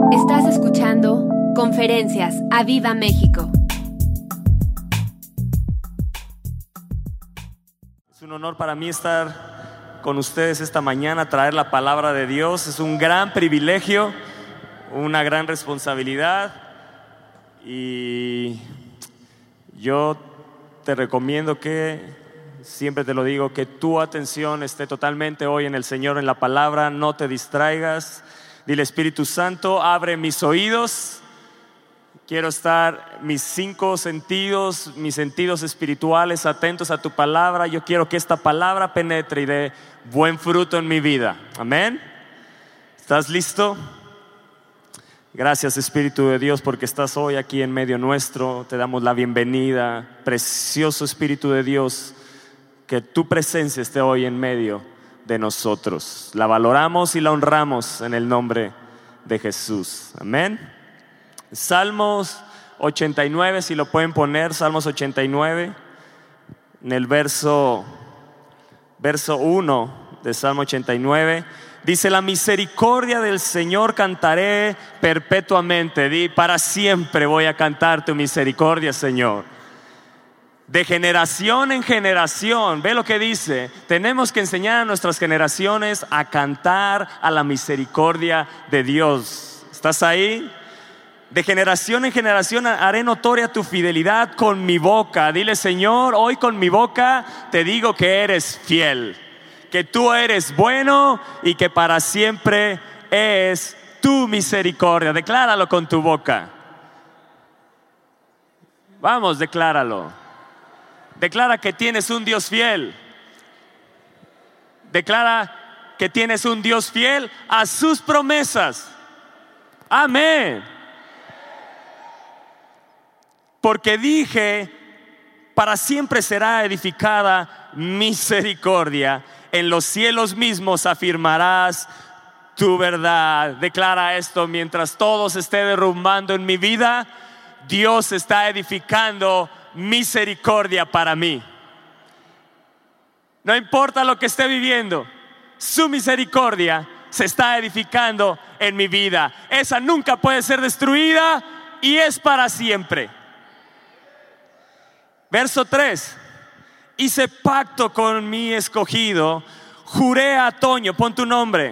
Estás escuchando Conferencias a Viva México. Es un honor para mí estar con ustedes esta mañana, traer la palabra de Dios. Es un gran privilegio, una gran responsabilidad, y yo te recomiendo que, siempre te lo digo, que tu atención esté totalmente hoy en el Señor, en la palabra. No te distraigas. Dile: Espíritu Santo, abre mis oídos. Quiero estar mis 5 sentidos, mis sentidos espirituales, atentos a tu palabra. Yo quiero que esta palabra penetre y dé buen fruto en mi vida. Amén. ¿Estás listo? Gracias, Espíritu de Dios, porque estás hoy aquí en medio nuestro. Te damos la bienvenida. Precioso Espíritu de Dios, que tu presencia esté hoy en medio de nosotros. La valoramos y la honramos en el nombre de Jesús. Amén. Salmos 89, si lo pueden poner. Salmos 89, en el verso 1 de Salmo 89, dice: la misericordia del Señor cantaré perpetuamente. Di: para siempre voy a cantar tu misericordia, Señor. De generación en generación. Ve lo que dice. Tenemos que enseñar a nuestras generaciones a cantar a la misericordia de Dios. ¿Estás ahí? De generación en generación haré notoria tu fidelidad con mi boca. Dile: Señor, hoy con mi boca te digo que eres fiel, que tú eres bueno y que para siempre es tu misericordia. Decláralo con tu boca. Vamos, decláralo. Declara que tienes un Dios fiel. Declara que tienes un Dios fiel a sus promesas. Amén. Porque dije: para siempre será edificada misericordia. En los cielos mismos afirmarás tu verdad. Declara esto: mientras todo se esté derrumbando en mi vida, Dios está edificando misericordia para mí. No importa lo que esté viviendo, su misericordia se está edificando en mi vida. Esa nunca puede ser destruida y es para siempre. Verso 3: hice pacto con mi escogido, juré a Toño. Pon tu nombre.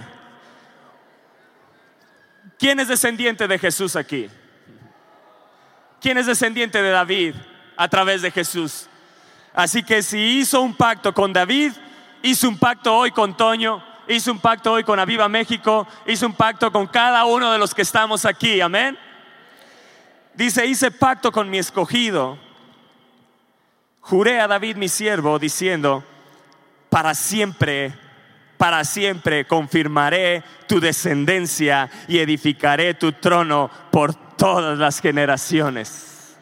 ¿Quién es descendiente de Jesús aquí? ¿Quién es descendiente de David a través de Jesús? Así que si hizo un pacto con David, hizo un pacto hoy con Toño, hizo un pacto hoy con Aviva México, hizo un pacto con cada uno de los que estamos aquí. Amén. Dice: hice pacto con mi escogido, juré a David mi siervo, diciendo: para siempre confirmaré tu descendencia y edificaré tu trono por todas las generaciones.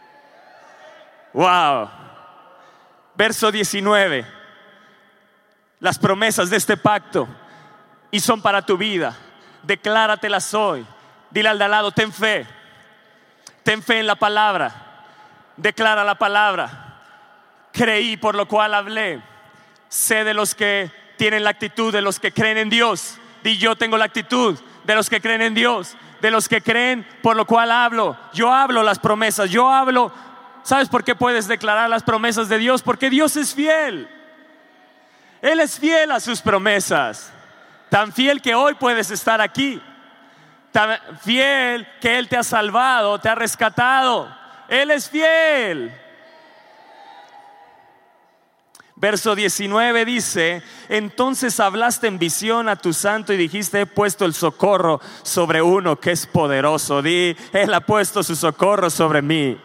Wow. Verso 19. Las promesas de este pacto y son para tu vida. Decláratelas hoy. Dile al de al lado: ten fe. Ten fe en la palabra. Declara la palabra. Creí, por lo cual hablé. Sé de los que tienen la actitud de los que creen en Dios. Di: yo tengo la actitud de los que creen en Dios, de los que creen, por lo cual hablo. Yo hablo las promesas, yo hablo. ¿Sabes por qué puedes declarar las promesas de Dios? Porque Dios es fiel. Él es fiel a sus promesas. Tan fiel que hoy puedes estar aquí. Tan fiel que Él te ha salvado, te ha rescatado. Él es fiel. Verso 19 dice: entonces hablaste en visión a tu santo y dijiste: he puesto el socorro sobre uno que es poderoso. Di: Él ha puesto su socorro sobre mí.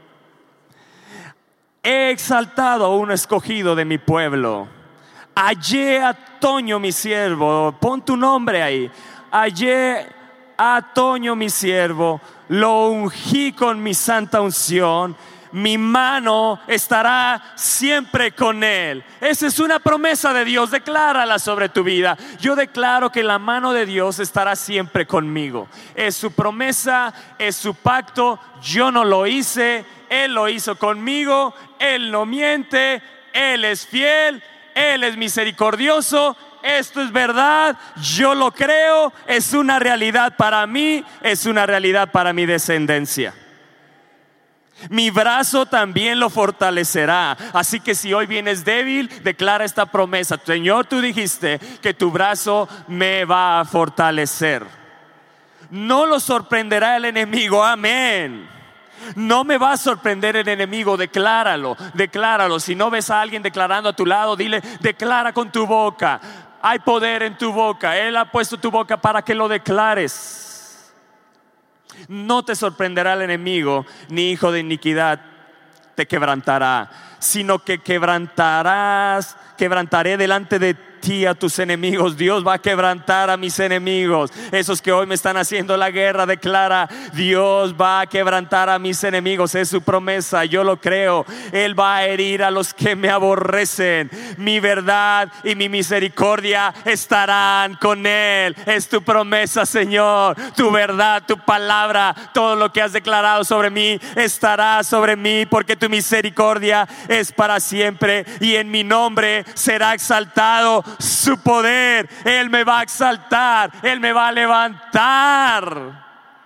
He exaltado a uno escogido de mi pueblo. Hallé a Toño mi siervo. Pon tu nombre ahí. Hallé a Toño mi siervo. Lo ungí con mi santa unción. Mi mano estará siempre con él. Esa es una promesa de Dios. Declárala sobre tu vida. Yo declaro que la mano de Dios estará siempre conmigo. Es su promesa, es su pacto. Yo no lo hice, Él lo hizo conmigo. Él no miente, Él es fiel, Él es misericordioso esto es verdad, yo lo creo, es una realidad para mí, es una realidad para mi descendencia. Mi brazo también lo fortalecerá. Así que si hoy vienes débil, declara esta promesa: Señor, tú dijiste que tu brazo me va a fortalecer. No lo sorprenderá el enemigo, amén. No me va a sorprender el enemigo, decláralo, decláralo. Si no ves a alguien declarando a tu lado, dile: declara con tu boca. Hay poder en tu boca, Él ha puesto tu boca para que lo declares. No te sorprenderá el enemigo, ni hijo de iniquidad te quebrantará, sino que quebrantaré delante de ti a tus enemigos. Dios va a quebrantar a mis enemigos, esos que hoy me están haciendo la guerra. Declara: Dios va a quebrantar a mis enemigos. Es su promesa, yo lo creo. Él va a herir a los que me aborrecen. Mi verdad y mi misericordia estarán con Él. Es tu promesa, Señor. Tu verdad, tu palabra, todo lo que has declarado sobre mí estará sobre mí, porque tu misericordia es para siempre, y en mi nombre será exaltado su poder. Él me va a exaltar, Él me va a levantar.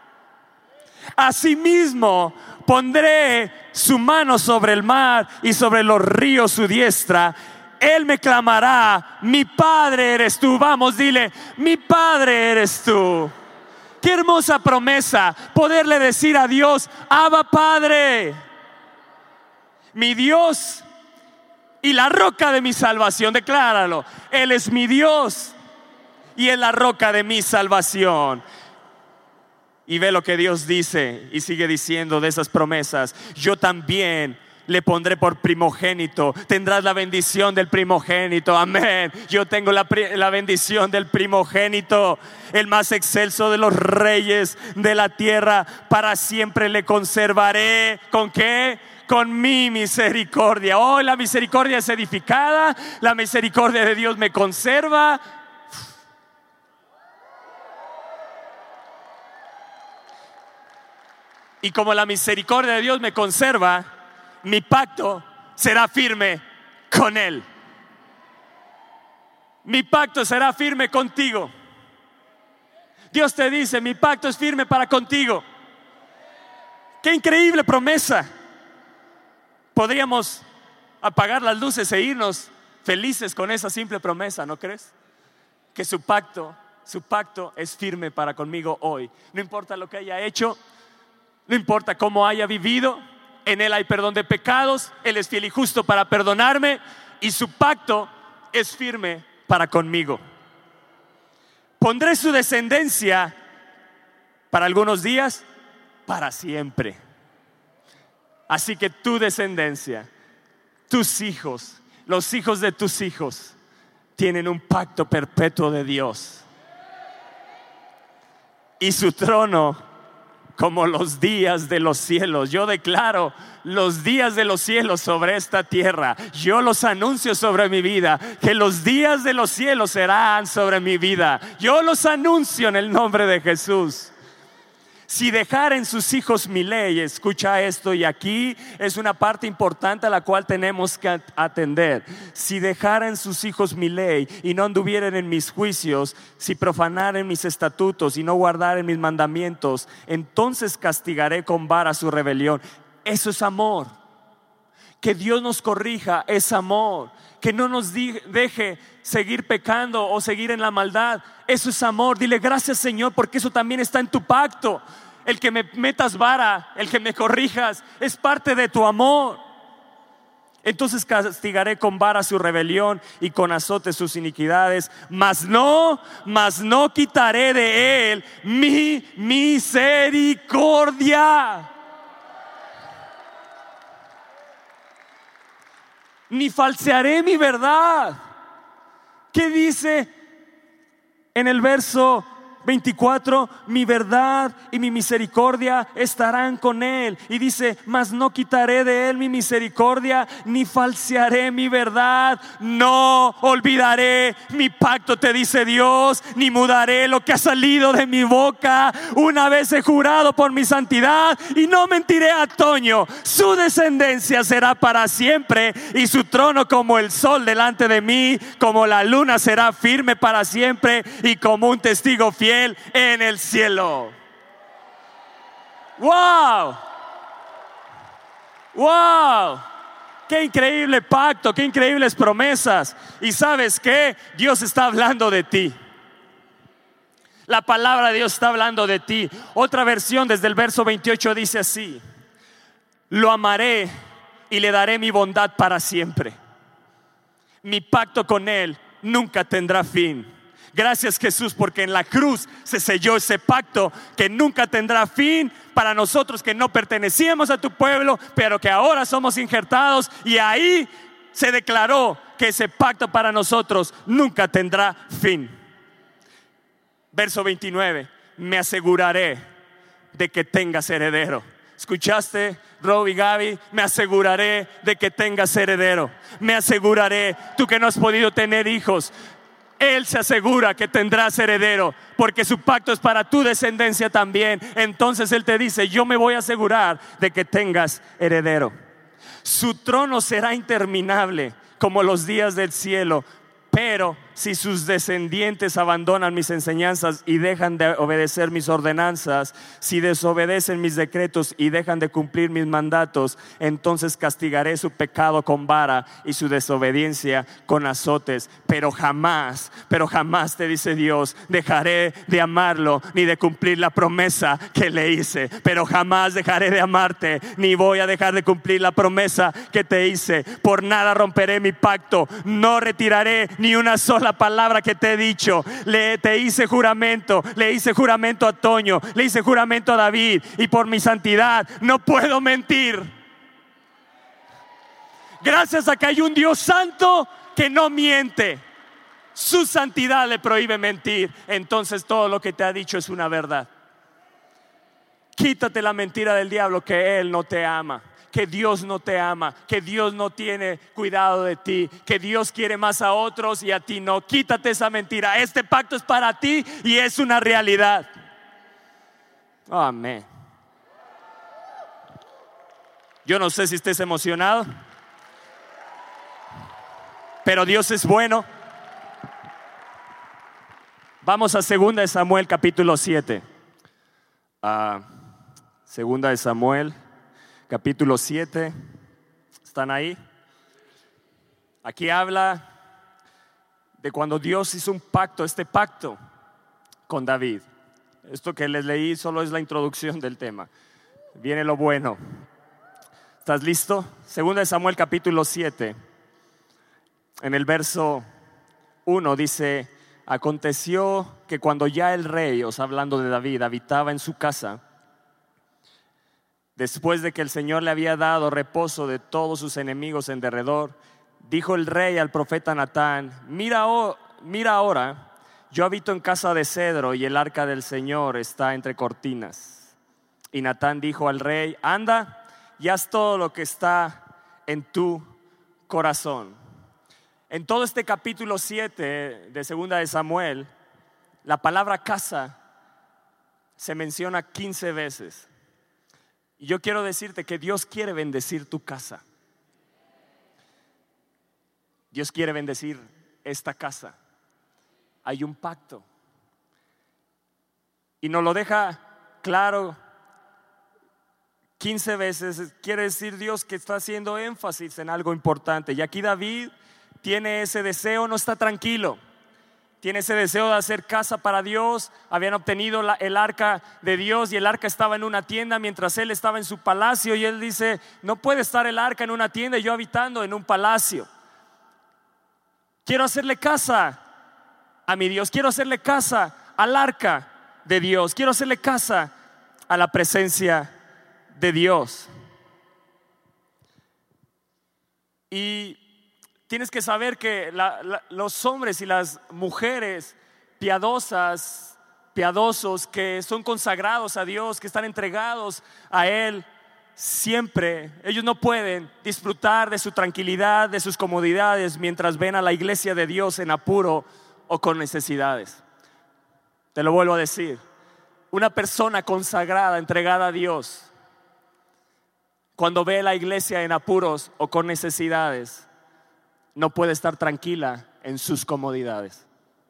Asimismo, pondré su mano sobre el mar y sobre los ríos su diestra. Él me clamará: mi Padre eres tú. Vamos, dile: mi Padre eres tú. Qué hermosa promesa poderle decir a Dios: Abba, Padre, mi Dios y la roca de mi salvación. Decláralo: Él es mi Dios y es la roca de mi salvación. Y ve lo que Dios dice y sigue diciendo de esas promesas: yo también le pondré por primogénito. Tendrás la bendición del primogénito. Amén. Yo tengo la bendición del primogénito, el más excelso de los reyes de la tierra. Para siempre le conservaré. ¿Con qué? Con mi misericordia. Hoy la misericordia es edificada. La misericordia de Dios me conserva. Y como la misericordia de Dios me conserva, mi pacto será firme con Él. Mi pacto será firme contigo. Dios te dice: mi pacto es firme para contigo. Qué increíble promesa. Podríamos apagar las luces e irnos felices con esa simple promesa, ¿no crees? Que su pacto es firme para conmigo hoy. No importa lo que haya hecho, no importa cómo haya vivido, en Él hay perdón de pecados. Él es fiel y justo para perdonarme, y su pacto es firme para conmigo. Pondré su descendencia para algunos días, para siempre. Así que tu descendencia, tus hijos, los hijos de tus hijos, tienen un pacto perpetuo de Dios. Y su trono como los días de los cielos. Yo declaro los días de los cielos sobre esta tierra. Yo los anuncio sobre mi vida, que los días de los cielos serán sobre mi vida. Yo los anuncio en el nombre de Jesús. Si dejaren sus hijos mi ley, escucha esto, y aquí es una parte importante a la cual tenemos que atender. Si dejaren sus hijos mi ley y no anduvieren en mis juicios, si profanaren mis estatutos y no guardaren mis mandamientos, entonces castigaré con vara su rebelión. Eso es amor. Que Dios nos corrija es amor. Que no nos deje seguir pecando o seguir en la maldad. Eso es amor. Dile: gracias, Señor, porque eso también está en tu pacto. El que me metas vara, el que me corrijas, es parte de tu amor. Entonces castigaré con vara su rebelión y con azote sus iniquidades, mas no quitaré de él mi misericordia, ni falsearé mi verdad. ¿Qué dice en el verso 24, mi verdad y mi misericordia estarán con él. Y dice, mas no quitaré de él mi misericordia, ni falsearé mi verdad. No olvidaré mi pacto, te dice Dios, ni mudaré lo que ha salido de mi boca. Una vez he jurado por mi santidad y no mentiré a Toño. Su descendencia será para siempre y su trono como el sol delante de mí, como la luna será firme para siempre y como un testigo fiel en el cielo. ¡Wow! ¡Wow! ¡Qué increíble pacto! ¡Qué increíbles promesas! Y ¿sabes qué? Dios está hablando de ti. La palabra de Dios está hablando de ti. Otra versión desde el verso 28 dice así: lo amaré y le daré mi bondad para siempre. Mi pacto con él nunca tendrá fin. Gracias, Jesús, porque en la cruz se selló ese pacto que nunca tendrá fin para nosotros que no pertenecíamos a tu pueblo, pero que ahora somos injertados, y ahí se declaró que ese pacto para nosotros nunca tendrá fin. Verso 29, me aseguraré de que tengas heredero. ¿Escuchaste, Rob y Gaby? Me aseguraré de que tengas heredero. Me aseguraré, tú que no has podido tener hijos, Él se asegura que tendrás heredero, porque su pacto es para tu descendencia también. Entonces Él te dice, yo me voy a asegurar de que tengas heredero. Su trono será interminable como los días del cielo. Pero si sus descendientes abandonan mis enseñanzas y dejan de obedecer mis ordenanzas, si desobedecen mis decretos y dejan de cumplir mis mandatos, entonces castigaré su pecado con vara y su desobediencia con azotes. Pero jamás, te dice Dios, dejaré de amarlo ni de cumplir la promesa que le hice. Pero jamás dejaré de amarte, ni voy a dejar de cumplir la promesa que te hice. Por nada romperé mi pacto, no retiraré ni una sola palabra que te he dicho. Te hice juramento, le hice juramento a Toño, le hice juramento a David, y por mi santidad no puedo mentir. Gracias a que hay un Dios santo que no miente, su santidad le prohíbe mentir. Entonces todo lo que te ha dicho es una verdad. Quítate la mentira del diablo, que él no te ama, que Dios no te ama, que Dios no tiene cuidado de ti, que Dios quiere más a otros y a ti no. Quítate esa mentira. Este pacto es para ti y es una realidad. Amén. Yo no sé si estés emocionado, pero Dios es bueno. Vamos a 2 de Samuel capítulo 7. 2 de Samuel capítulo 7. ¿Están ahí? Aquí habla de cuando Dios hizo un pacto, este pacto con David. Esto que les leí solo es la introducción del tema. Viene lo bueno. ¿Estás listo? 2 de Samuel capítulo 7. En el verso 1 dice: aconteció que cuando ya el rey, hablando de David, habitaba en su casa, después de que el Señor le había dado reposo de todos sus enemigos en derredor, dijo el rey al profeta Natán: mira ahora, yo habito en casa de cedro y el arca del Señor está entre cortinas. Y Natán dijo al rey: anda y haz todo lo que está en tu corazón. En todo este capítulo 7 de 2 de Samuel, la palabra casa se menciona 15 veces. Y yo quiero decirte que Dios quiere bendecir tu casa. Dios quiere bendecir esta casa. Hay un pacto. Y nos lo deja claro 15 veces. Quiere decir Dios que está haciendo énfasis en algo importante. Y aquí David tiene ese deseo, no está tranquilo. Tiene ese deseo de hacer casa para Dios. Habían obtenido el arca de Dios y el arca estaba en una tienda mientras él estaba en su palacio. Y él dice: no puede estar el arca en una tienda y yo habitando en un palacio. Quiero hacerle casa a mi Dios. Quiero hacerle casa al arca de Dios. Quiero hacerle casa a la presencia de Dios. Y tienes que saber que los hombres y las mujeres piadosas piadosos, que son consagrados a Dios, que están entregados a Él, siempre ellos no pueden disfrutar de su tranquilidad, de sus comodidades, mientras ven a la iglesia de Dios en apuro o con necesidades. Te lo vuelvo a decir, una persona consagrada, entregada a Dios, cuando ve a la iglesia en apuros o con necesidades, no puede estar tranquila en sus comodidades.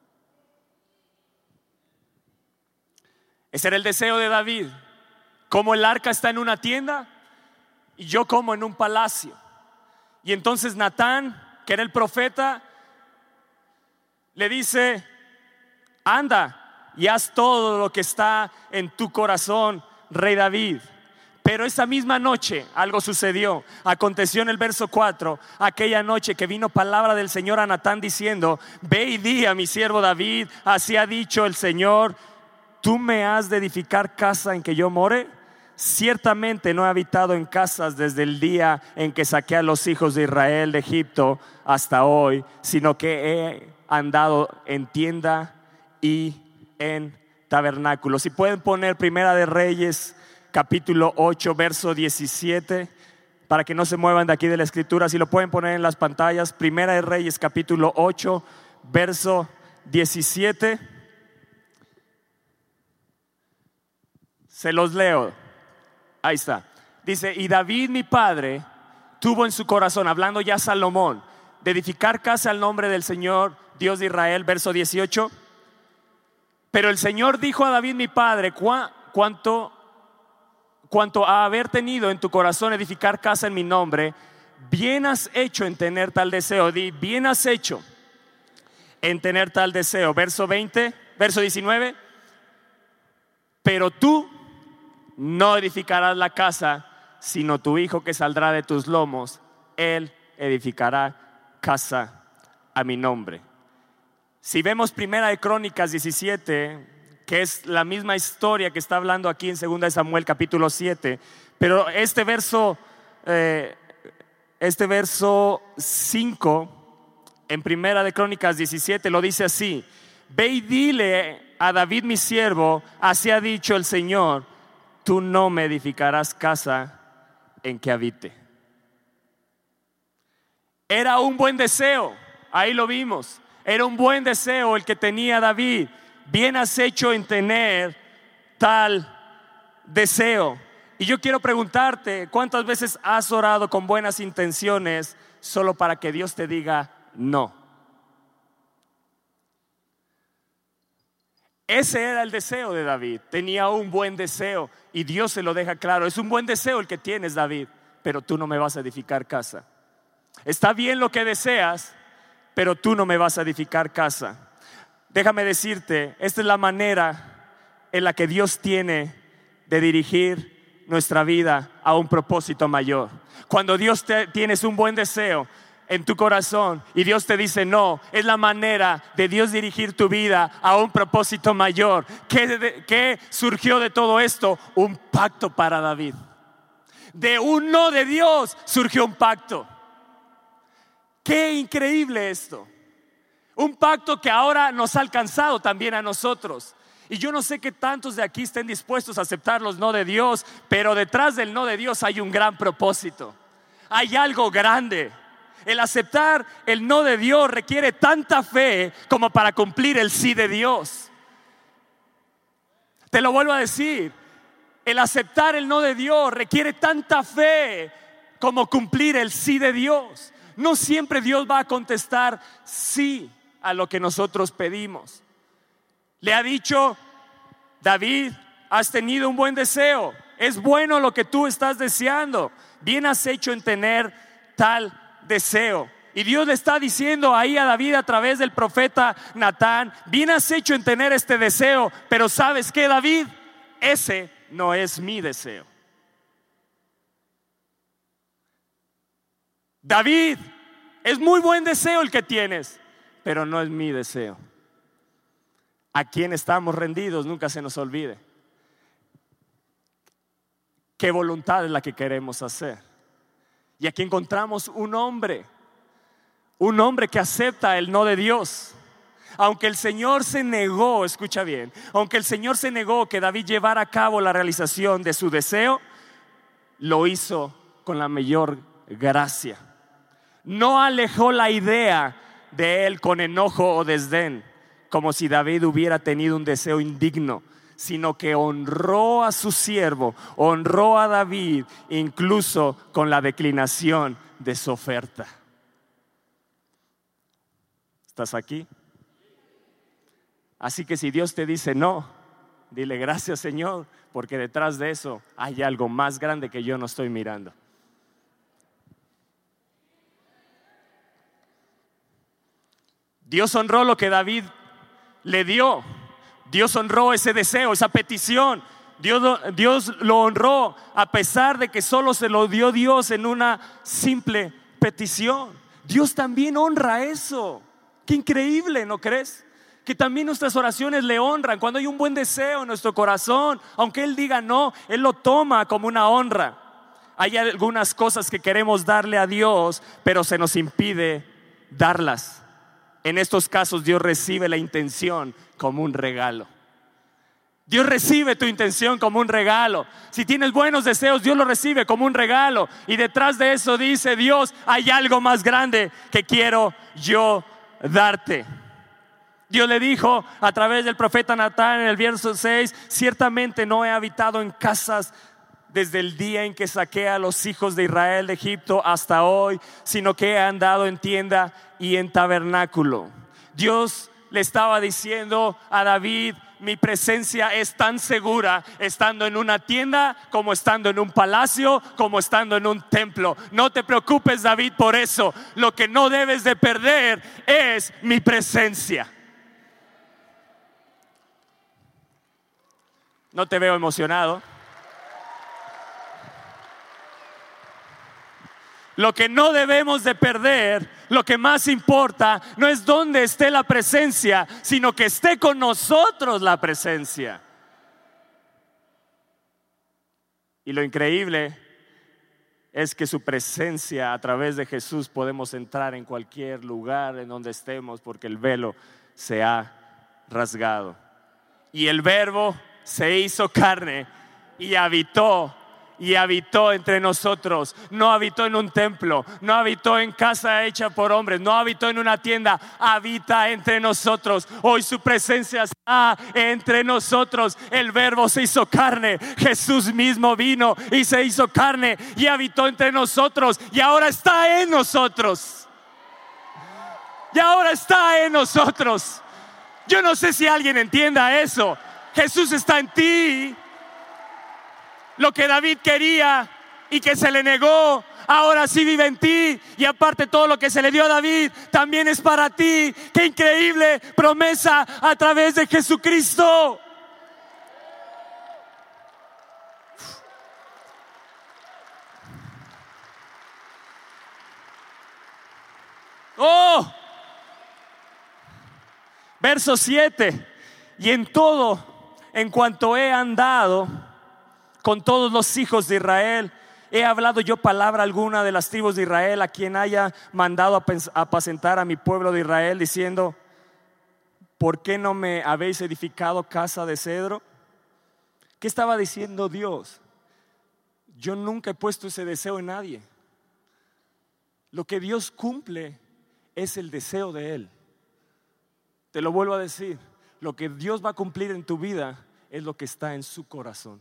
Ese era el deseo de David. Como el arca está en una tienda y yo como en un palacio. Y entonces Natán, que era el profeta, le dice: anda y haz todo lo que está en tu corazón, rey David. Pero esa misma noche algo sucedió. Aconteció en el verso 4, aquella noche que vino palabra del Señor a Natán diciendo: ve y di a mi siervo David, así ha dicho el Señor, ¿tú me has de edificar casa en que yo more? Ciertamente no he habitado en casas desde el día en que saqué a los hijos de Israel de Egipto hasta hoy, sino que he andado en tienda y en tabernáculo. Si pueden poner Primera de Reyes capítulo 8 verso 17, para que no se muevan de aquí de la escritura. Si lo pueden poner en las pantallas, Primera de Reyes capítulo 8 verso 17. Se los leo. Ahí está. Dice: y David mi padre tuvo en su corazón, hablando ya Salomón, de edificar casa al nombre del Señor Dios de Israel. Verso 18. Pero el Señor dijo a David mi padre: cuanto a haber tenido en tu corazón edificar casa en mi nombre, bien has hecho en tener tal deseo. Di, bien has hecho en tener tal deseo. Verso 20, verso 19. Pero tú no edificarás la casa, sino tu hijo que saldrá de tus lomos, él edificará casa a mi nombre. Si vemos Primera de Crónicas 17, que es la misma historia que está hablando aquí en 2 de Samuel capítulo 7, pero este verso 5 en Primera de Crónicas 17 lo dice así: ve y dile a David mi siervo, así ha dicho el Señor, tú no me edificarás casa en que habite. Era un buen deseo, ahí lo vimos. Era un buen deseo el que tenía David. Bien has hecho en tener tal deseo. Y yo quiero preguntarte, ¿cuántas veces has orado con buenas intenciones solo para que Dios te diga no? Ese era el deseo de David. Tenía un buen deseo y Dios se lo deja claro: es un buen deseo el que tienes, David, pero tú no me vas a edificar casa. Está bien lo que deseas, pero tú no me vas a edificar casa. Déjame decirte, esta es la manera en la que Dios tiene de dirigir nuestra vida a un propósito mayor. Cuando tienes un buen deseo en tu corazón y Dios te dice no, es la manera de Dios dirigir tu vida a un propósito mayor. ¿Qué surgió de todo esto? Un pacto para David. De un no de Dios surgió un pacto. Qué increíble esto. Un pacto que ahora nos ha alcanzado también a nosotros. Y yo no sé qué tantos de aquí estén dispuestos a aceptar los no de Dios, pero detrás del no de Dios hay un gran propósito. Hay algo grande. El aceptar el no de Dios requiere tanta fe como para cumplir el sí de Dios. Te lo vuelvo a decir, el aceptar el no de Dios requiere tanta fe como cumplir el sí de Dios. No siempre Dios va a contestar sí a lo que nosotros pedimos. Le ha dicho: David, has tenido un buen deseo, es bueno lo que tú estás deseando, bien has hecho en tener tal deseo. Y Dios le está diciendo ahí a David a través del profeta Natán: bien has hecho en tener este deseo, pero ¿sabes qué, David? Ese no es mi deseo. David, es muy buen deseo el que tienes, pero no es mi deseo. A quien estamos rendidos, nunca se nos olvide. ¿Qué voluntad es la que queremos hacer? Y aquí encontramos un hombre que acepta el no de Dios. Aunque el Señor se negó, escucha bien, aunque el Señor se negó que David llevara a cabo la realización de su deseo, lo hizo con la mayor gracia. No alejó la idea de él con enojo o desdén, como si David hubiera tenido un deseo indigno, sino que honró a su siervo, honró a David, incluso con la declinación de su oferta. ¿Estás aquí? Así que si Dios te dice no, dile gracias, Señor, porque detrás de eso hay algo más grande que yo no estoy mirando. Dios honró lo que David le dio. Dios honró ese deseo, esa petición. Dios lo honró a pesar de que solo se lo dio Dios en una simple petición. Dios también honra eso. Qué increíble, ¿no crees? Que también nuestras oraciones le honran. Cuando hay un buen deseo en nuestro corazón, aunque Él diga no, Él lo toma como una honra. Hay algunas cosas que queremos darle a Dios, pero se nos impide darlas. En estos casos Dios recibe la intención como un regalo. Dios recibe tu intención como un regalo. Si tienes buenos deseos, Dios lo recibe como un regalo. Y detrás de eso dice Dios, hay algo más grande que quiero yo darte. Dios le dijo a través del profeta Natán en el verso 6: ciertamente no he habitado en casas desde el día en que saqué a los hijos de Israel de Egipto hasta hoy, sino que he andado en tienda y en tabernáculo. Dios le estaba diciendo a David: mi presencia es tan segura estando en una tienda como estando en un palacio, como estando en un templo. No te preocupes, David, por eso. Lo que no debes de perder es mi presencia. No te veo emocionado. Lo que no debemos de perder, lo que más importa, no es dónde esté la presencia, sino que esté con nosotros la presencia. Y lo increíble es que su presencia, a través de Jesús, podemos entrar en cualquier lugar en donde estemos, porque el velo se ha rasgado. Y el Verbo se hizo carne y habitó entre nosotros. No habitó en un templo, no habitó en casa hecha por hombres, no habitó en una tienda, habita entre nosotros. Hoy su presencia está entre nosotros. El Verbo se hizo carne, Jesús mismo vino y se hizo carne y habitó entre nosotros, y ahora está en nosotros. Y ahora está en nosotros. Yo no sé si alguien entienda eso. Jesús está en ti. Lo que David quería y que se le negó, ahora sí vive en ti. Y aparte, todo lo que se le dio a David también es para ti. ¡Qué increíble promesa a través de Jesucristo! ¡Oh! Verso 7: y en todo, en cuanto he andado con todos los hijos de Israel, he hablado yo palabra alguna de las tribus de Israel, a quien haya mandado apacentar a mi pueblo de Israel, diciendo: ¿por qué no me habéis edificado casa de cedro? ¿Qué estaba diciendo Dios? Yo nunca he puesto ese deseo en nadie. Lo que Dios cumple es el deseo de Él. Te lo vuelvo a decir: lo que Dios va a cumplir en tu vida es lo que está en su corazón.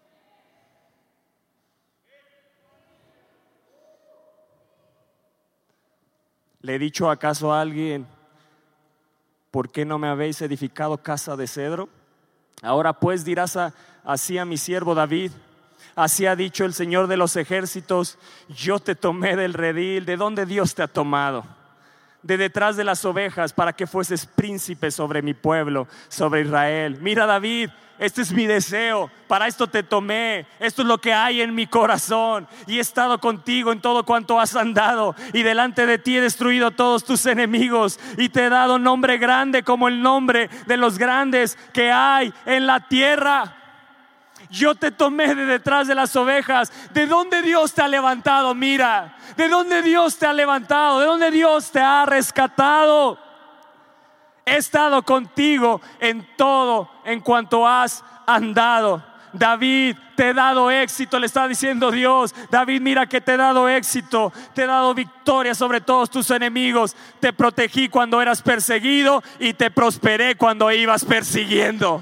¿Le he dicho acaso a alguien: ¿por qué no me habéis edificado casa de cedro? Ahora pues dirás así a mi siervo David: así ha dicho el Señor de los ejércitos, yo te tomé del redil. ¿De dónde Dios te ha tomado? De detrás de las ovejas, para que fueses príncipe sobre mi pueblo, sobre Israel. Mira, David, este es mi deseo, para esto te tomé, esto es lo que hay en mi corazón, y he estado contigo en todo cuanto has andado, y delante de ti he destruido a todos tus enemigos, y te he dado nombre grande como el nombre de los grandes que hay en la tierra. Yo te tomé de detrás de las ovejas. ¿De dónde Dios te ha levantado? Mira, ¿de dónde Dios te ha levantado? ¿De dónde Dios te ha rescatado? He estado contigo en todo en cuanto has andado. David, te he dado éxito, le está diciendo Dios. David, mira que te he dado éxito, te he dado victoria sobre todos tus enemigos. Te protegí cuando eras perseguido y te prosperé cuando ibas persiguiendo.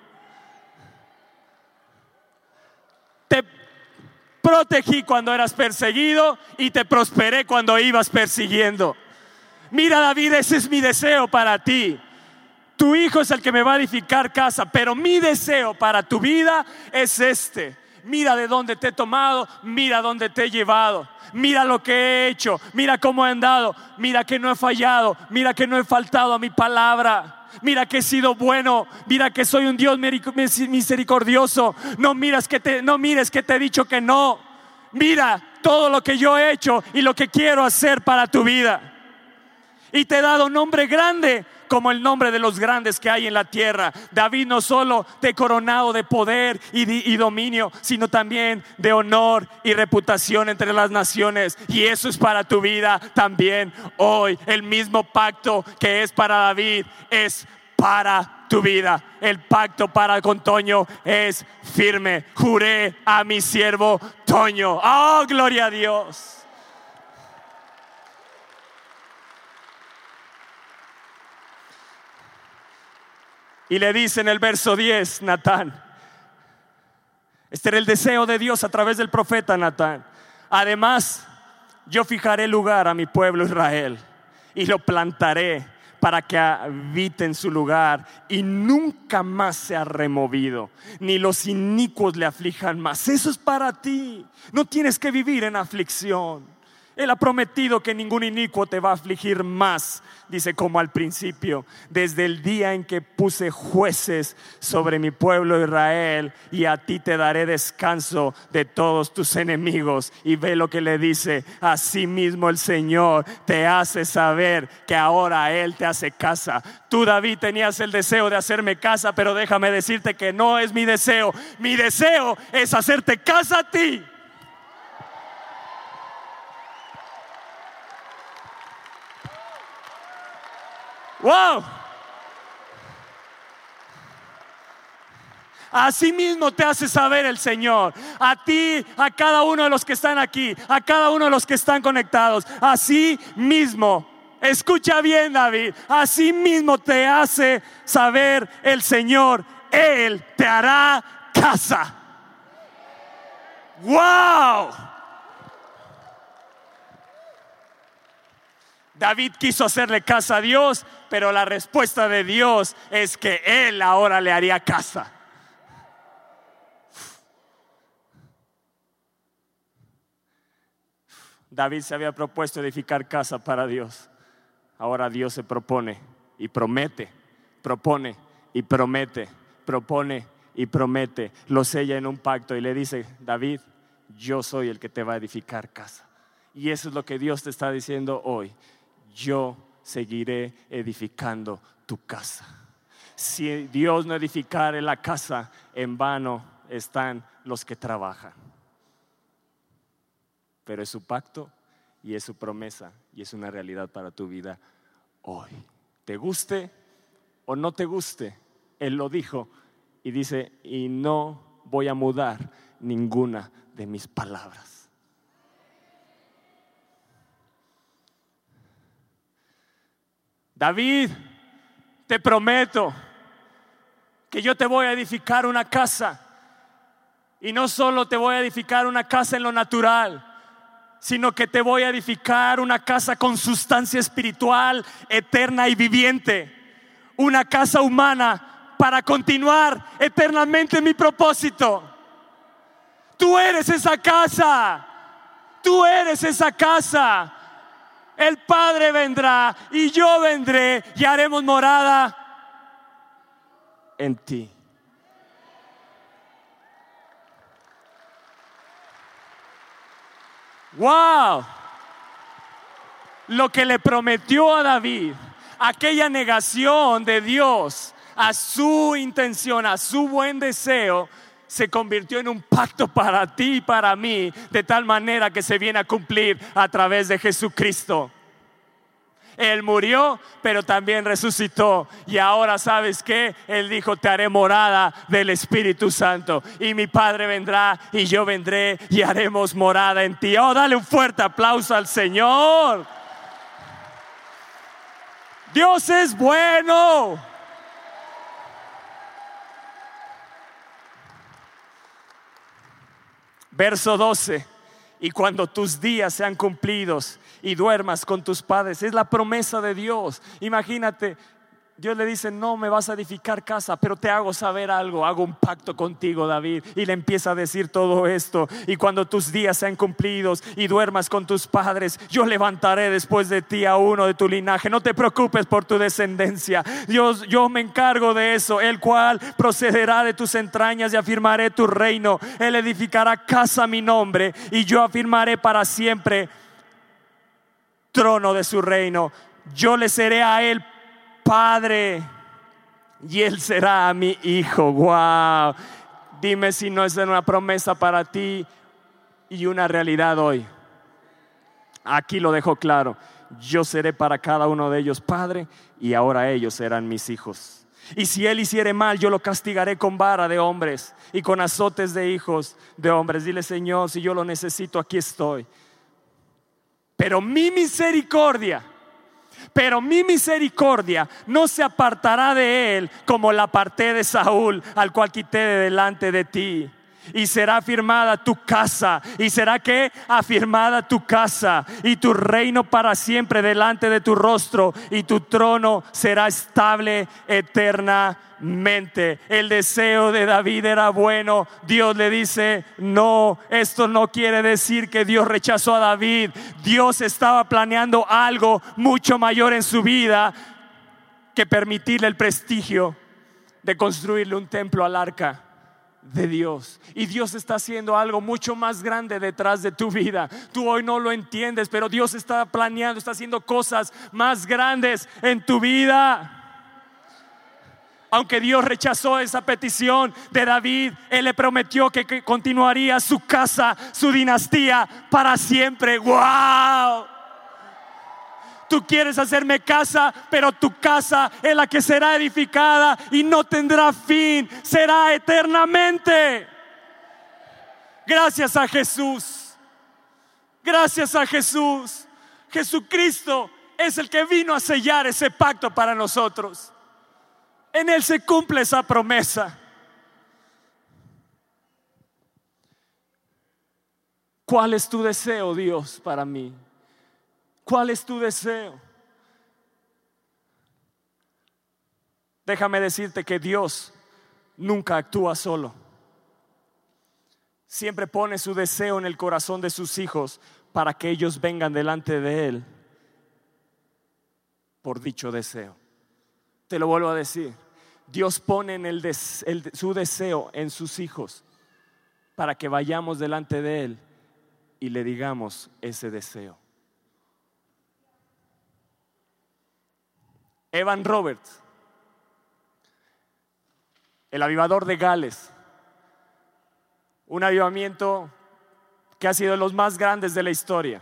Te protegí cuando eras perseguido y te prosperé cuando ibas persiguiendo. Mira, David, ese es mi deseo para ti. Tu hijo es el que me va a edificar casa, pero mi deseo para tu vida es este. Mira de dónde te he tomado, mira dónde te he llevado, mira lo que he hecho, mira cómo he andado, mira que no he fallado, mira que no he faltado a mi palabra, mira que he sido bueno, mira que soy un Dios misericordioso. No mires que te he dicho que no. Mira todo lo que yo he hecho y lo que quiero hacer para tu vida. Y te he dado un nombre grande como el nombre de los grandes que hay en la tierra. David, no solo te he coronado de poder y dominio, sino también de honor y reputación entre las naciones. Y eso es para tu vida también hoy. El mismo pacto que es para David es para tu vida. El pacto con Toño es firme. Juré a mi siervo Toño. ¡Oh, gloria a Dios! Y le dice en el verso 10 Natán, este era el deseo de Dios a través del profeta Natán: además, yo fijaré lugar a mi pueblo Israel y lo plantaré para que habite en su lugar y nunca más sea removido, ni los inicuos le aflijan más. Eso es para ti. No tienes que vivir en aflicción. Él ha prometido que ningún inicuo te va a afligir más. Dice, como al principio, desde el día en que puse jueces sobre mi pueblo Israel, y a ti te daré descanso de todos tus enemigos. Y ve lo que le dice: asimismo el Señor te hace saber que ahora Él te hace casa. Tú, David, tenías el deseo de hacerme casa, pero déjame decirte que no es mi deseo. Mi deseo es hacerte casa a ti. ¡Wow! Así mismo te hace saber el Señor. A ti, a cada uno de los que están aquí, a cada uno de los que están conectados. Así mismo, escucha bien, David, así mismo te hace saber el Señor: Él te hará casa. ¡Wow! David quiso hacerle casa a Dios, pero la respuesta de Dios es que Él ahora le haría casa. David se había propuesto edificar casa para Dios. Ahora Dios se propone y promete, propone y promete, propone y promete. Lo sella en un pacto y le dice: David, yo soy el que te va a edificar casa. Y eso es lo que Dios te está diciendo hoy: yo seguiré edificando tu casa. Si Dios no edificare la casa, en vano están los que trabajan. Pero es su pacto y es su promesa y es una realidad para tu vida hoy. Te guste o no te guste, Él lo dijo y dice: y no voy a mudar ninguna de mis palabras. David, te prometo que yo te voy a edificar una casa. Y no solo te voy a edificar una casa en lo natural, sino que te voy a edificar una casa con sustancia espiritual, eterna y viviente. Una casa humana para continuar eternamente mi propósito. Tú eres esa casa. Tú eres esa casa. El Padre vendrá y yo vendré y haremos morada en ti. ¡Wow! Lo que le prometió a David, aquella negación de Dios a su intención, a su buen deseo, se convirtió en un pacto para ti y para mí, de tal manera que se viene a cumplir a través de Jesucristo. Él murió, pero también resucitó. Y ahora, ¿sabes qué? Él dijo: te haré morada del Espíritu Santo. Y mi Padre vendrá y yo vendré y haremos morada en ti. Oh, dale un fuerte aplauso al Señor. Dios es bueno. Verso 12. Y cuando tus días sean cumplidos y duermas con tus padres. Es la promesa de Dios. Imagínate, Dios le dice: no me vas a edificar casa, pero te hago saber algo, hago un pacto contigo, David. Y le empieza a decir todo esto: y cuando tus días sean cumplidos y duermas con tus padres, yo levantaré después de ti a uno de tu linaje. No te preocupes por tu descendencia, yo me encargo de eso, el cual procederá de tus entrañas y afirmaré tu reino. Él edificará casa a mi nombre y yo afirmaré para siempre trono de su reino. Yo le seré a él Padre y él será mi hijo. Wow. Dime si no es una promesa para ti y una realidad hoy. Aquí lo dejo claro: yo seré para cada uno de ellos padre, y ahora ellos serán mis hijos. Y si él hiciere mal, yo lo castigaré con vara de hombres y con azotes de hijos de hombres. Dile: Señor, si yo lo necesito, aquí estoy. Pero mi misericordia no se apartará de él, como la aparté de Saúl, al cual quité de delante de ti. Y será afirmada tu casa. ¿Y será qué? Afirmada tu casa y tu reino para siempre delante de tu rostro, y tu trono será estable eternamente. El deseo de David era bueno. Dios le dice: no, esto no quiere decir que Dios rechazó a David. Dios estaba planeando algo mucho mayor en su vida que permitirle el prestigio de construirle un templo al arca de Dios. Y Dios está haciendo algo mucho más grande detrás de tu vida. Tú hoy no lo entiendes, pero Dios está planeando, está haciendo cosas más grandes en tu vida. Aunque Dios rechazó esa petición de David, Él le prometió que continuaría su casa, su dinastía para siempre. ¡Wow! Tú quieres hacerme casa, pero tu casa es la que será edificada y no tendrá fin, será eternamente. Gracias a Jesús. Gracias a Jesús. Jesucristo es el que vino a sellar ese pacto para nosotros. En Él se cumple esa promesa. ¿Cuál es tu deseo, Dios, para mí? ¿Cuál es tu deseo? Déjame decirte que Dios nunca actúa solo. Siempre pone su deseo en el corazón de sus hijos para que ellos vengan delante de Él por dicho deseo. Te lo vuelvo a decir: Dios pone su deseo en sus hijos para que vayamos delante de Él y le digamos ese deseo. Evan Roberts, el avivador de Gales, un avivamiento que ha sido de los más grandes de la historia.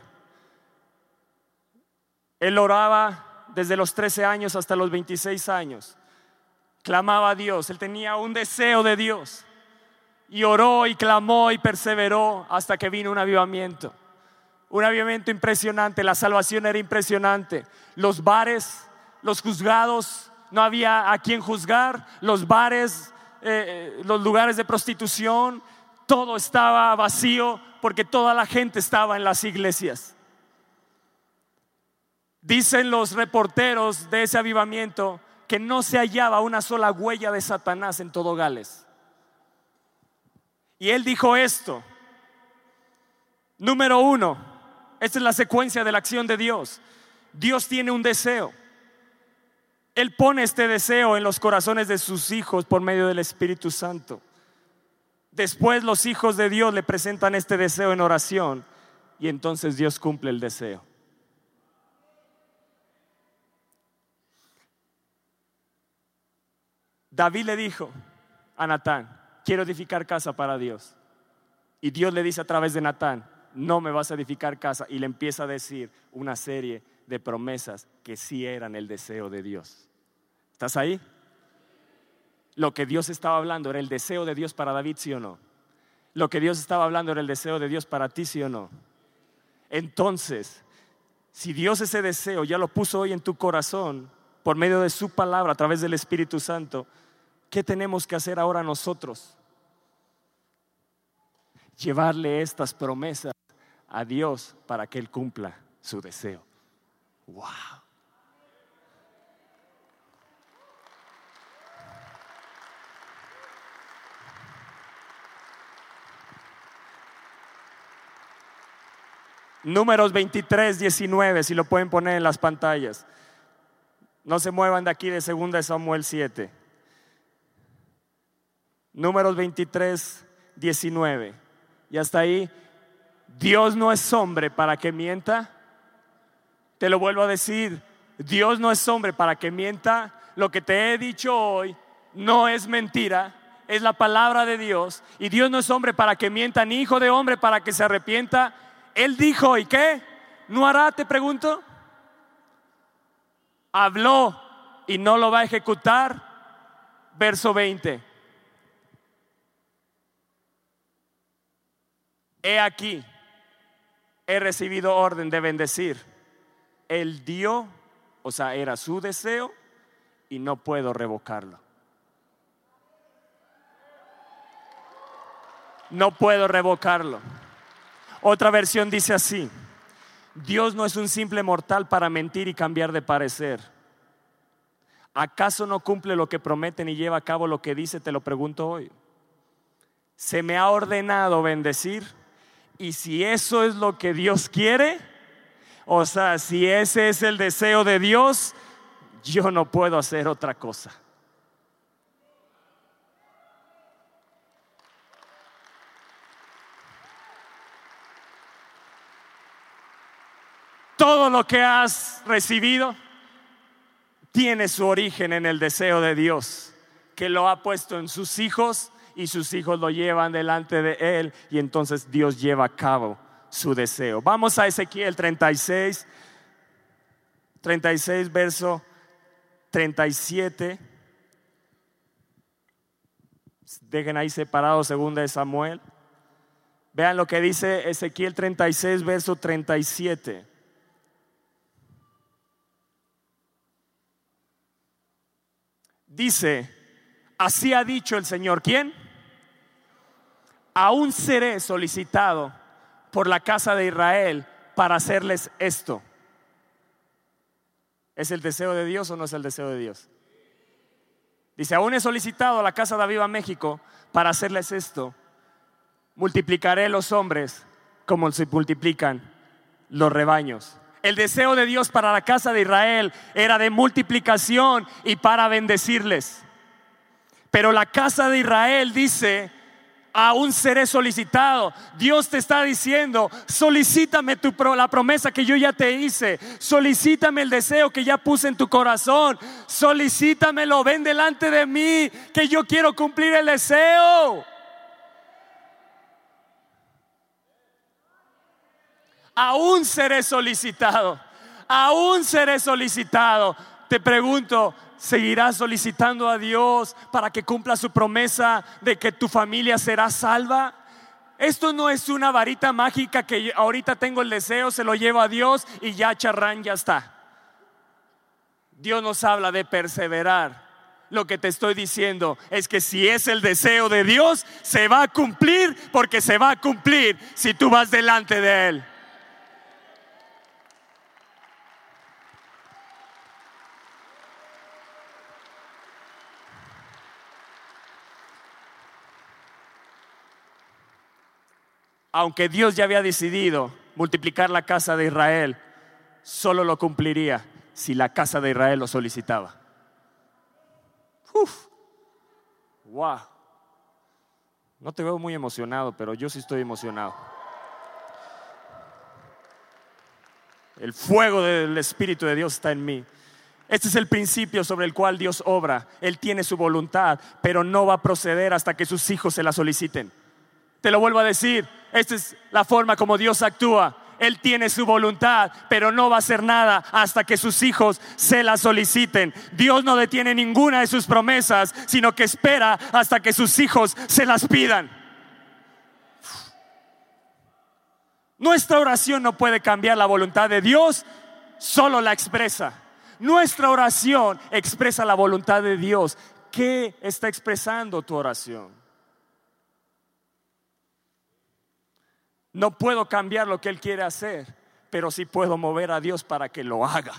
Él oraba desde los 13 años hasta los 26 años. Clamaba a Dios, él tenía un deseo de Dios. Y oró y clamó y perseveró hasta que vino un avivamiento. Un avivamiento impresionante, la salvación era impresionante. Los bares, los juzgados, no había a quien juzgar. Los bares, los lugares de prostitución, todo estaba vacío porque toda la gente estaba en las iglesias. Dicen los reporteros de ese avivamiento que no se hallaba una sola huella de Satanás en todo Gales. Y él dijo esto: número 1, esta es la secuencia de la acción de Dios. Dios tiene un deseo. Él pone este deseo en los corazones de sus hijos por medio del Espíritu Santo. Después los hijos de Dios le presentan este deseo en oración, y entonces Dios cumple el deseo. David le dijo a Natán: quiero edificar casa para Dios. Y Dios le dice a través de Natán: no me vas a edificar casa. Y le empieza a decir una serie de promesas que sí eran el deseo de Dios. ¿Estás ahí? Lo que Dios estaba hablando era el deseo de Dios para David, ¿sí o no? Lo que Dios estaba hablando era el deseo de Dios para ti, ¿sí o no? Entonces, si Dios ese deseo ya lo puso hoy en tu corazón por medio de su palabra, a través del Espíritu Santo, ¿qué tenemos que hacer ahora nosotros? Llevarle estas promesas a Dios para que Él cumpla su deseo. ¡Wow! Números 23, 19, si lo pueden poner en las pantallas. No se muevan de aquí de 2 Samuel 7. Números 23, 19. Y hasta ahí. Dios no es hombre para que mienta. Te lo vuelvo a decir. Dios no es hombre para que mienta. Lo que te he dicho hoy no es mentira, es la palabra de Dios. Y Dios no es hombre para que mienta, ni hijo de hombre para que se arrepienta. Él dijo, ¿y qué? ¿No hará? Te pregunto. Habló y no lo va a ejecutar. Verso 20. He aquí, he recibido orden de bendecir. Él dio, o sea, era su deseo y no puedo revocarlo. No puedo revocarlo. Otra versión dice así: Dios no es un simple mortal para mentir y cambiar de parecer. ¿Acaso no cumple lo que promete ni lleva a cabo lo que dice? Te lo pregunto hoy. Se me ha ordenado bendecir, y si eso es lo que Dios quiere, o sea, si ese es el deseo de Dios, yo no puedo hacer otra cosa. Todo lo que has recibido tiene su origen en el deseo de Dios, que lo ha puesto en sus hijos, y sus hijos lo llevan delante de Él, y entonces Dios lleva a cabo su deseo. Vamos a Ezequiel 36, verso 37. Dejen ahí separado 2 Samuel. Vean lo que dice Ezequiel 36, verso 37. Dice: así ha dicho el Señor. ¿Quién? Aún seré solicitado por la casa de Israel para hacerles esto. ¿Es el deseo de Dios o no es el deseo de Dios? Dice: aún he solicitado a la casa de Aviva México para hacerles esto. Multiplicaré los hombres como se multiplican los rebaños. El deseo de Dios para la casa de Israel era de multiplicación y para bendecirles. Pero la casa de Israel dice: aún seré solicitado. Dios te está diciendo: solicítame la promesa que yo ya te hice. Solicítame el deseo que ya puse en tu corazón. Solicítamelo, ven delante de mí, que yo quiero cumplir el deseo. Aún seré solicitado. Aún seré solicitado. Te pregunto, ¿seguirás solicitando a Dios para que cumpla su promesa de que tu familia será salva? Esto no es una varita mágica que ahorita tengo el deseo, se lo llevo a Dios y ya charrán, ya está. Dios nos habla de perseverar. Lo que te estoy diciendo es que si es el deseo de Dios, se va a cumplir, porque se va a cumplir si tú vas delante de Él. Aunque Dios ya había decidido multiplicar la casa de Israel, solo lo cumpliría si la casa de Israel lo solicitaba. Wow. No te veo muy emocionado, pero yo sí estoy emocionado. El fuego del Espíritu de Dios está en mí. Este es el principio sobre el cual Dios obra. Él tiene su voluntad, pero no va a proceder hasta que sus hijos se la soliciten. Te lo vuelvo a decir, esta es la forma como Dios actúa. Él tiene su voluntad, pero no va a hacer nada hasta que sus hijos se la soliciten. Dios no detiene ninguna de sus promesas, sino que espera hasta que sus hijos se las pidan. Nuestra oración no puede cambiar la voluntad de Dios, solo la expresa. Nuestra oración expresa la voluntad de Dios. ¿Qué está expresando tu oración? No puedo cambiar lo que Él quiere hacer, pero sí puedo mover a Dios para que lo haga.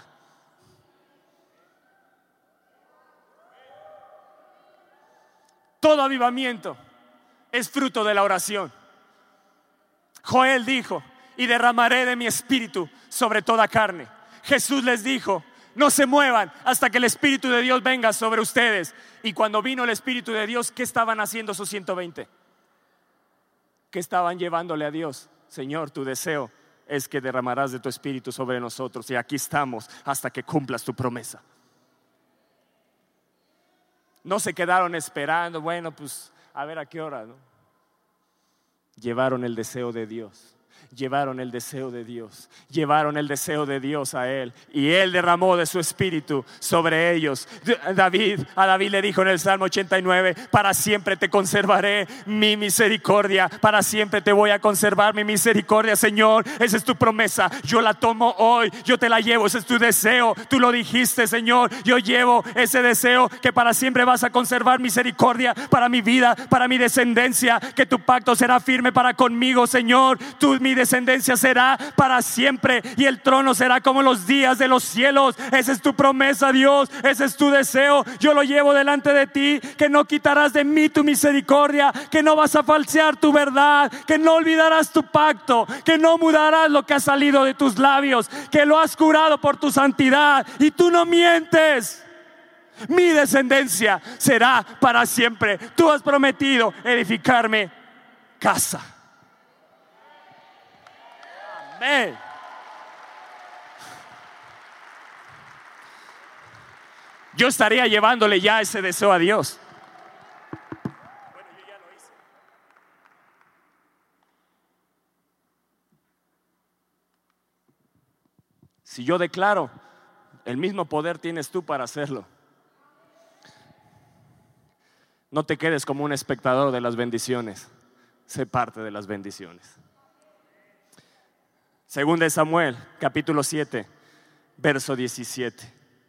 Todo avivamiento es fruto de la oración. Joel dijo: y derramaré de mi espíritu sobre toda carne. Jesús les dijo: no se muevan hasta que el Espíritu de Dios venga sobre ustedes. Y cuando vino el Espíritu de Dios, ¿qué estaban haciendo esos 120? ¿Qué estaban llevándole a Dios? Señor, tu deseo es que derramarás de tu Espíritu sobre nosotros, y aquí estamos hasta que cumplas tu promesa. No se quedaron esperando, bueno, pues a ver a qué hora, ¿no? Llevaron el deseo de Dios. Llevaron el deseo de Dios. Llevaron el deseo de Dios a Él, y Él derramó de su espíritu sobre ellos. A David le dijo en el Salmo 89: para siempre te conservaré mi misericordia. Para siempre te voy a conservar mi misericordia. Señor, esa es tu promesa. Yo la tomo hoy, yo te la llevo. Ese es tu deseo. Tú lo dijiste, Señor. Yo llevo ese deseo, que para siempre vas a conservar misericordia para mi vida, para mi descendencia. Que tu pacto será firme para conmigo, Señor. Mi descendencia será para siempre, y el trono será como los días de los cielos. Esa es tu promesa, Dios. Ese es tu deseo. Yo lo llevo delante de ti, que no quitarás de mí tu misericordia, que no vas a falsear tu verdad, que no olvidarás tu pacto, que no mudarás lo que ha salido de tus labios, que lo has jurado por tu santidad y tú no mientes. Mi descendencia será para siempre. Tú has prometido edificarme casa. Amén. Yo estaría llevándole ya ese deseo a Dios. Bueno, yo ya lo hice. Si yo declaro, el mismo poder tienes tú para hacerlo. No te quedes como un espectador de las bendiciones. Sé parte de las bendiciones. Segunda de Samuel, capítulo 7, verso 17.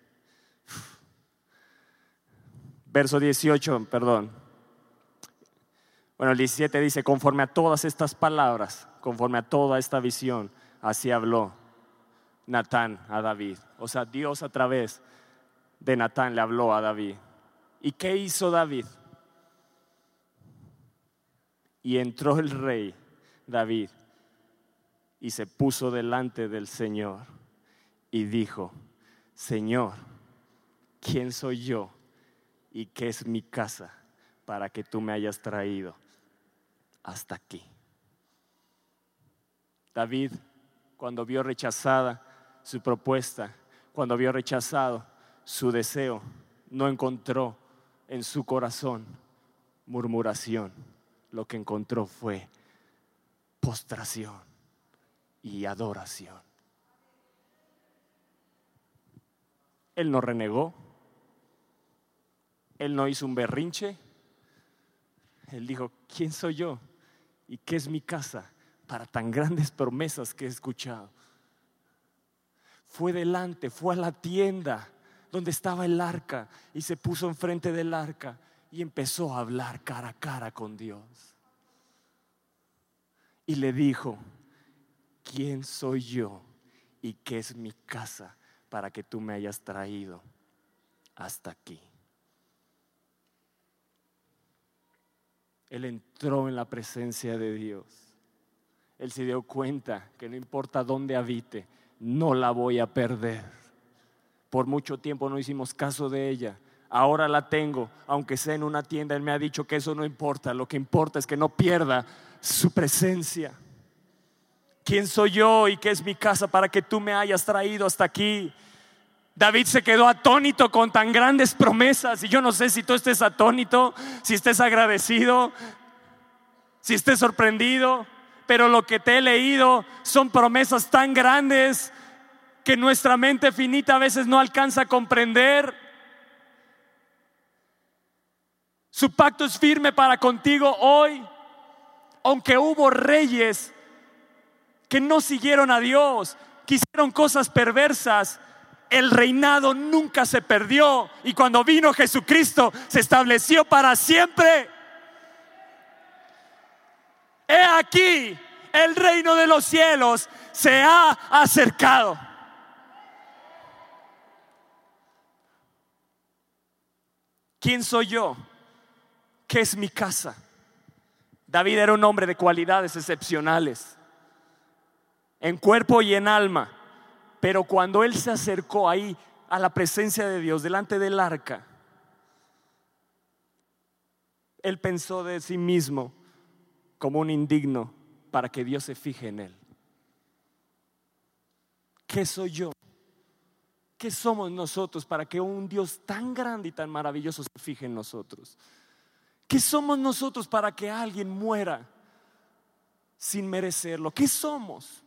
Verso 18, perdón. Bueno, el 17 dice: conforme a todas estas palabras, conforme a toda esta visión, así habló Natán a David. O sea, Dios a través de Natán le habló a David. ¿Y qué hizo David? Y entró el rey David y se puso delante del Señor y dijo: Señor, ¿quién soy yo y qué es mi casa para que tú me hayas traído hasta aquí? David, cuando vio rechazada su propuesta, cuando vio rechazado su deseo, no encontró en su corazón murmuración. Lo que encontró fue postración y adoración. Él no renegó, él no hizo un berrinche. Él dijo: ¿quién soy yo y qué es mi casa para tan grandes promesas que he escuchado? Fue delante, fue a la tienda donde estaba el arca y se puso enfrente del arca y empezó a hablar cara a cara con Dios. Y le dijo: ¿quién soy yo y qué es mi casa para que tú me hayas traído hasta aquí? Él entró en la presencia de Dios. Él se dio cuenta que no importa dónde habite, no la voy a perder. Por mucho tiempo no hicimos caso de ella. Ahora la tengo, aunque sea en una tienda. Él me ha dicho que eso no importa. Lo que importa es que no pierda su presencia. ¿Quién soy yo y qué es mi casa para que tú me hayas traído hasta aquí? David se quedó atónito con tan grandes promesas. Y yo no sé si tú estés atónito, si estés agradecido, si estés sorprendido. pero lo que te he leído son promesas tan grandes que nuestra mente finita a veces no alcanza a comprender. Su pacto es firme para contigo hoy, aunque hubo reyes que no siguieron a Dios, que hicieron cosas perversas. El reinado nunca se perdió, y cuando vino Jesucristo se estableció para siempre. He aquí, el reino de los cielos se ha acercado. ¿Quién soy yo? ¿Qué es mi casa? David era un hombre de cualidades excepcionales, en cuerpo y en alma. Pero cuando él se acercó ahí a la presencia de Dios, delante del arca, él pensó de sí mismo como un indigno para que Dios se fije en él. ¿Qué soy yo? ¿Qué somos nosotros para que un Dios tan grande y tan maravilloso se fije en nosotros? ¿Qué somos nosotros para que alguien muera sin merecerlo? ¿Qué somos?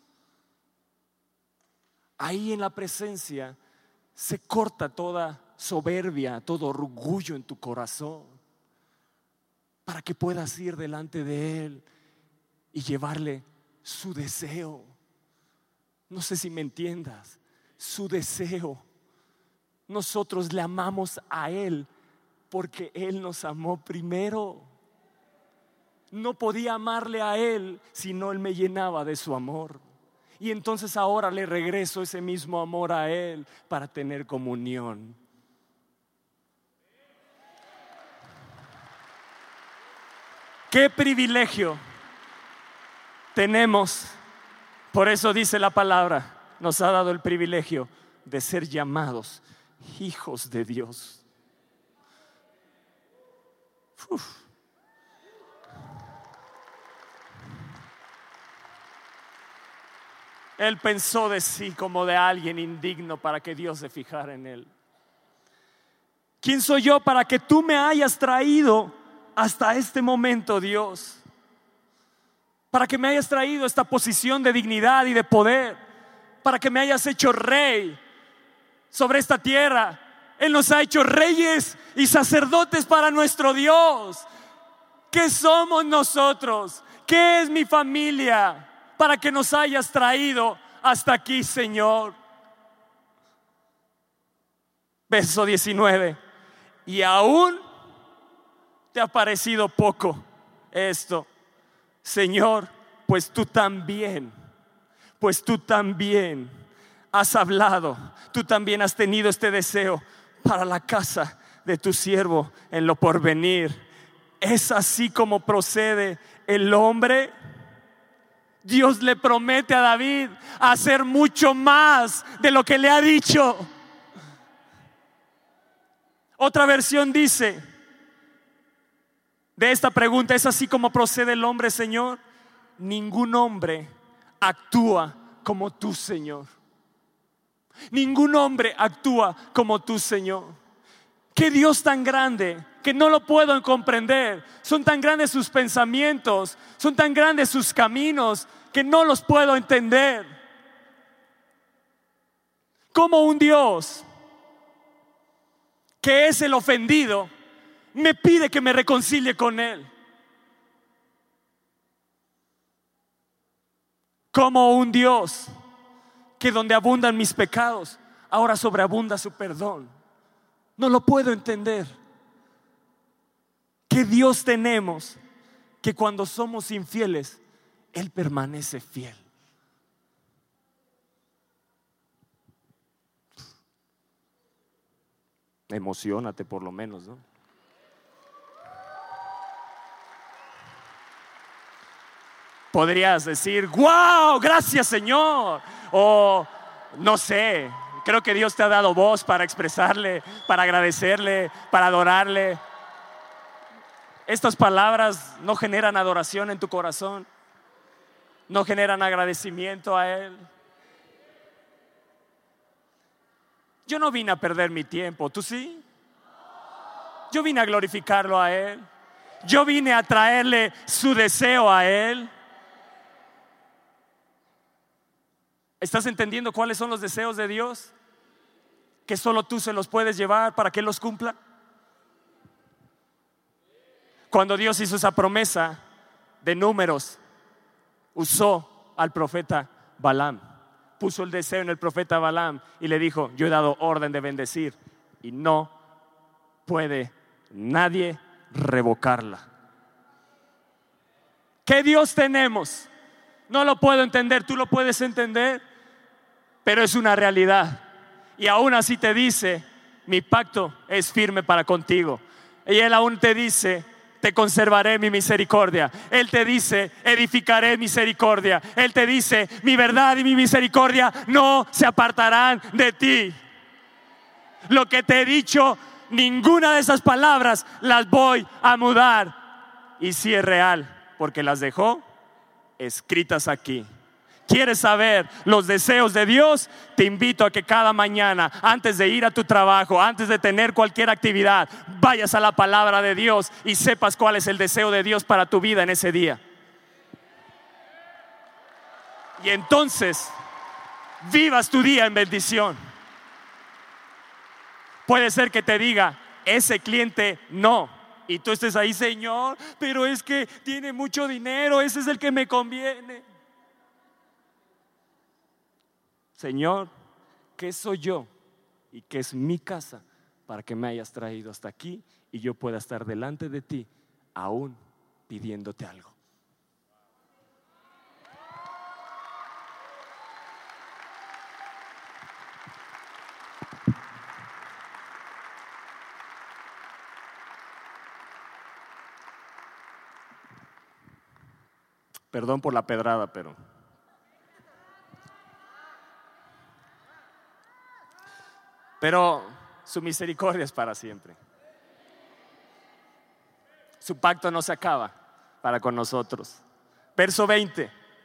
Ahí en la presencia se corta toda soberbia, todo orgullo en tu corazón, para que puedas ir delante de Él y llevarle su deseo. No sé si me entiendas, su deseo. Nosotros le amamos a Él porque Él nos amó primero. No podía amarle a Él si no Él me llenaba de su amor. Y entonces ahora le regreso ese mismo amor a Él para tener comunión. Qué privilegio tenemos. Por eso dice la palabra, nos ha dado el privilegio de ser llamados hijos de Dios. Uf. Él pensó de sí como de alguien indigno para que Dios se fijara en él. ¿Quién soy yo para que tú me hayas traído hasta este momento, Dios? Para que me hayas traído esta posición de dignidad y de poder, para que me hayas hecho rey sobre esta tierra. Él nos ha hecho reyes y sacerdotes para nuestro Dios. ¿Qué somos nosotros? ¿Qué es mi familia? Para que nos hayas traído hasta aquí, Señor. Verso 19. Y aún te ha parecido poco esto, Señor, pues tú también has hablado, tú también has tenido este deseo para la casa de tu siervo en lo porvenir. Es así como procede el hombre. Dios le promete a David hacer mucho más de lo que le ha dicho. Otra versión dice de esta pregunta: ¿es así como procede el hombre, Señor? Ningún hombre actúa como tú, Señor. Ningún hombre actúa como tú, Señor. Qué Dios tan grande que no lo puedo comprender. Son tan grandes sus pensamientos, son tan grandes sus caminos que no los puedo entender. Como un Dios que es el ofendido me pide que me reconcilie con Él. Como un Dios que donde abundan mis pecados, ahora sobreabunda su perdón. No lo puedo entender. ¿Qué Dios tenemos que cuando somos infieles Él permanece fiel? Emociónate por lo menos, ¿no? Podrías decir: ¡wow! Gracias, Señor. O no sé, creo que Dios te ha dado voz para expresarle, para agradecerle, para adorarle. Estas palabras no generan adoración en tu corazón, no generan agradecimiento a Él. Yo no vine a perder mi tiempo, ¿tú sí? Yo vine a glorificarlo a Él. Yo vine a traerle su deseo a Él. ¿Estás entendiendo cuáles son los deseos de Dios? Que solo tú se los puedes llevar para que Él los cumpla. Cuando Dios hizo esa promesa de números, usó al profeta Balaam. Puso el deseo en el profeta Balaam y le dijo: yo he dado orden de bendecir y no puede nadie revocarla. ¿Qué Dios tenemos? No lo puedo entender, tú lo puedes entender, pero es una realidad. Y aún así te dice: mi pacto es firme para contigo. Y Él aún te dice: te conservaré mi misericordia. Él te dice: edificaré misericordia. Él te dice: mi verdad y mi misericordia no se apartarán de ti. Lo que te he dicho, ninguna de esas palabras las voy a mudar. Y sí es real, porque las dejó escritas aquí. ¿Quieres saber los deseos de Dios? Te invito a que cada mañana, antes de ir a tu trabajo, antes de tener cualquier actividad, vayas a la palabra de Dios y sepas cuál es el deseo de Dios para tu vida en ese día. Y entonces vivas tu día en bendición. Puede ser que te diga: ese cliente no. Y tú estés ahí: Señor, pero es que tiene mucho dinero, ese es el que me conviene. Señor, ¿qué soy yo y qué es mi casa para que me hayas traído hasta aquí y yo pueda estar delante de ti aún pidiéndote algo? Perdón por la pedrada, pero su misericordia es para siempre. Su pacto no se acaba para con nosotros. Verso 20.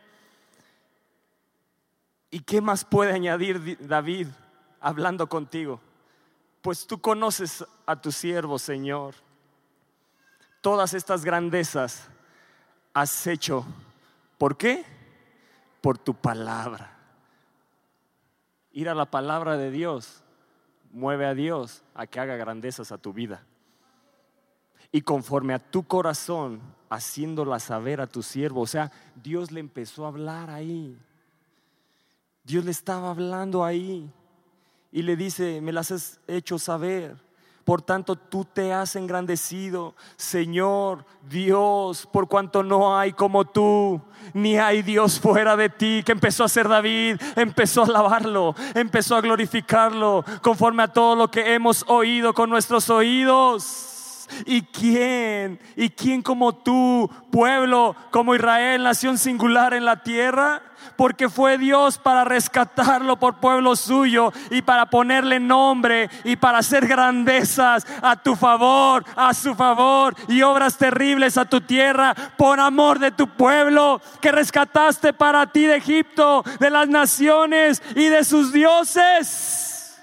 ¿Y qué más puede añadir David hablando contigo? Pues tú conoces a tu siervo, Señor. Todas estas grandezas has hecho. ¿Por qué? Por tu palabra. Ir a la palabra de Dios mueve a Dios a que haga grandezas a tu vida. Y conforme a tu corazón, haciéndola saber a tu siervo. O sea, Dios le empezó a hablar ahí. Dios le estaba hablando ahí. Y le dice: me las has hecho saber. Por tanto, tú te has engrandecido, Señor Dios, por cuanto no hay como tú, ni hay Dios fuera de ti. ¿Qué empezó a hacer David? Empezó a alabarlo, empezó a glorificarlo, conforme a todo lo que hemos oído con nuestros oídos. ¿Y quién como tú, pueblo como Israel, nación singular en la tierra? Porque fue Dios para rescatarlo por pueblo suyo y para ponerle nombre y para hacer grandezas a tu favor, a su favor, y obras terribles a tu tierra por amor de tu pueblo que rescataste para ti de Egipto, de las naciones y de sus dioses.